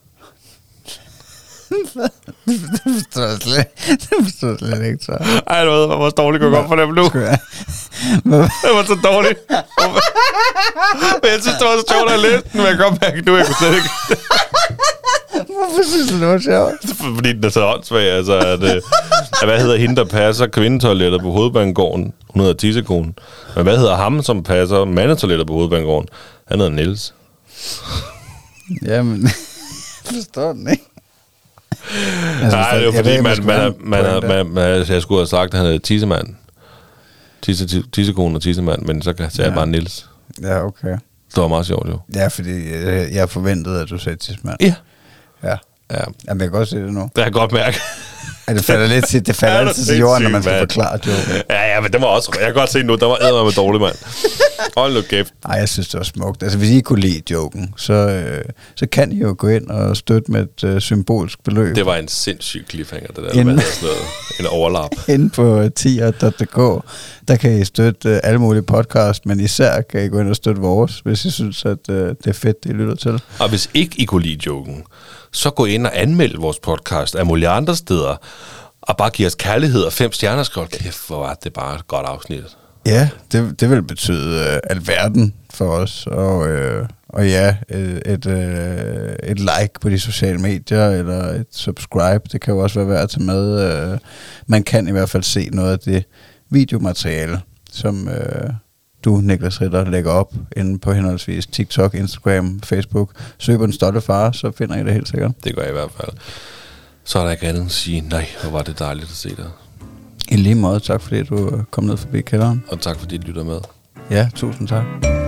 Det forstår jeg slet ikke, så. Ej, du ved, hvor dårligt kunne jeg godt for dem nu. Det var så dårligt. Men jeg synes, det var så sjovt at læse den, men jeg kan godt mærke nu, jeg kunne slet ikke. Hvorfor synes du, det var sjovt? Fordi den er så åndssvag, altså, at hvad hedder hende, der passer kvindetoilettet på hovedbanegården? Hun hedder Tissekonen. Men hvad hedder ham, som passer mandetoilettet på hovedbanegården? Han hedder Niels. Jamen, jeg forstår den ikke. Altså, nej, det var fordi, jeg skulle have sagt, at han hedder Tissemand. Tissekonen og Tissemand, men så sagde jeg bare Niels. Ja, okay. Det var meget sjovt, jo. Ja, fordi jeg forventede, at du sagde Tissemand. Ja. Ja. Jamen, jeg kan godt se det nu. Det har jeg godt mærke. Ja, det falder lidt til, altid til jorden, når man skal forklare joken. Ja, men det var også, jeg kan godt se nu, der var eddermame dårlig, mand. Hold nu kæft. Ej, jeg synes, det var smukt. Altså, hvis I kunne lide joken, så kan I jo gå ind og støtte med et symbolsk beløb. Det var en sindssyg cliffhanger, det der. Hvad sådan noget? En overlap. Inde på tier.dk, der kan I støtte alle mulige podcast, men især kan I gå ind og støtte vores, hvis I synes, at det er fedt, det I lytter til. Og hvis ikke I kunne lide joken, så gå ind og anmeld vores podcast af mulige andre steder, og bare give os kærlighed og 5 stjerner, skriv, kæft, hvor var det bare et godt afsnit. Ja, det vil betyde alverden for os, og ja, et like på de sociale medier, eller et subscribe, det kan jo også være værd at tage med. Man kan i hvert fald se noget af det videomateriale, som du, Niklas Ritter, lægger op inde på henholdsvis TikTok, Instagram, Facebook. Søg på Den Stolte Far, så finder I det helt sikkert. Det gør jeg i hvert fald. Så er der ikke andet at sige, nej, hvor var det dejligt at se dig. I lige måde, tak fordi du kom ned forbi kælderen. Og tak fordi du lytter med. Ja, tusind tak.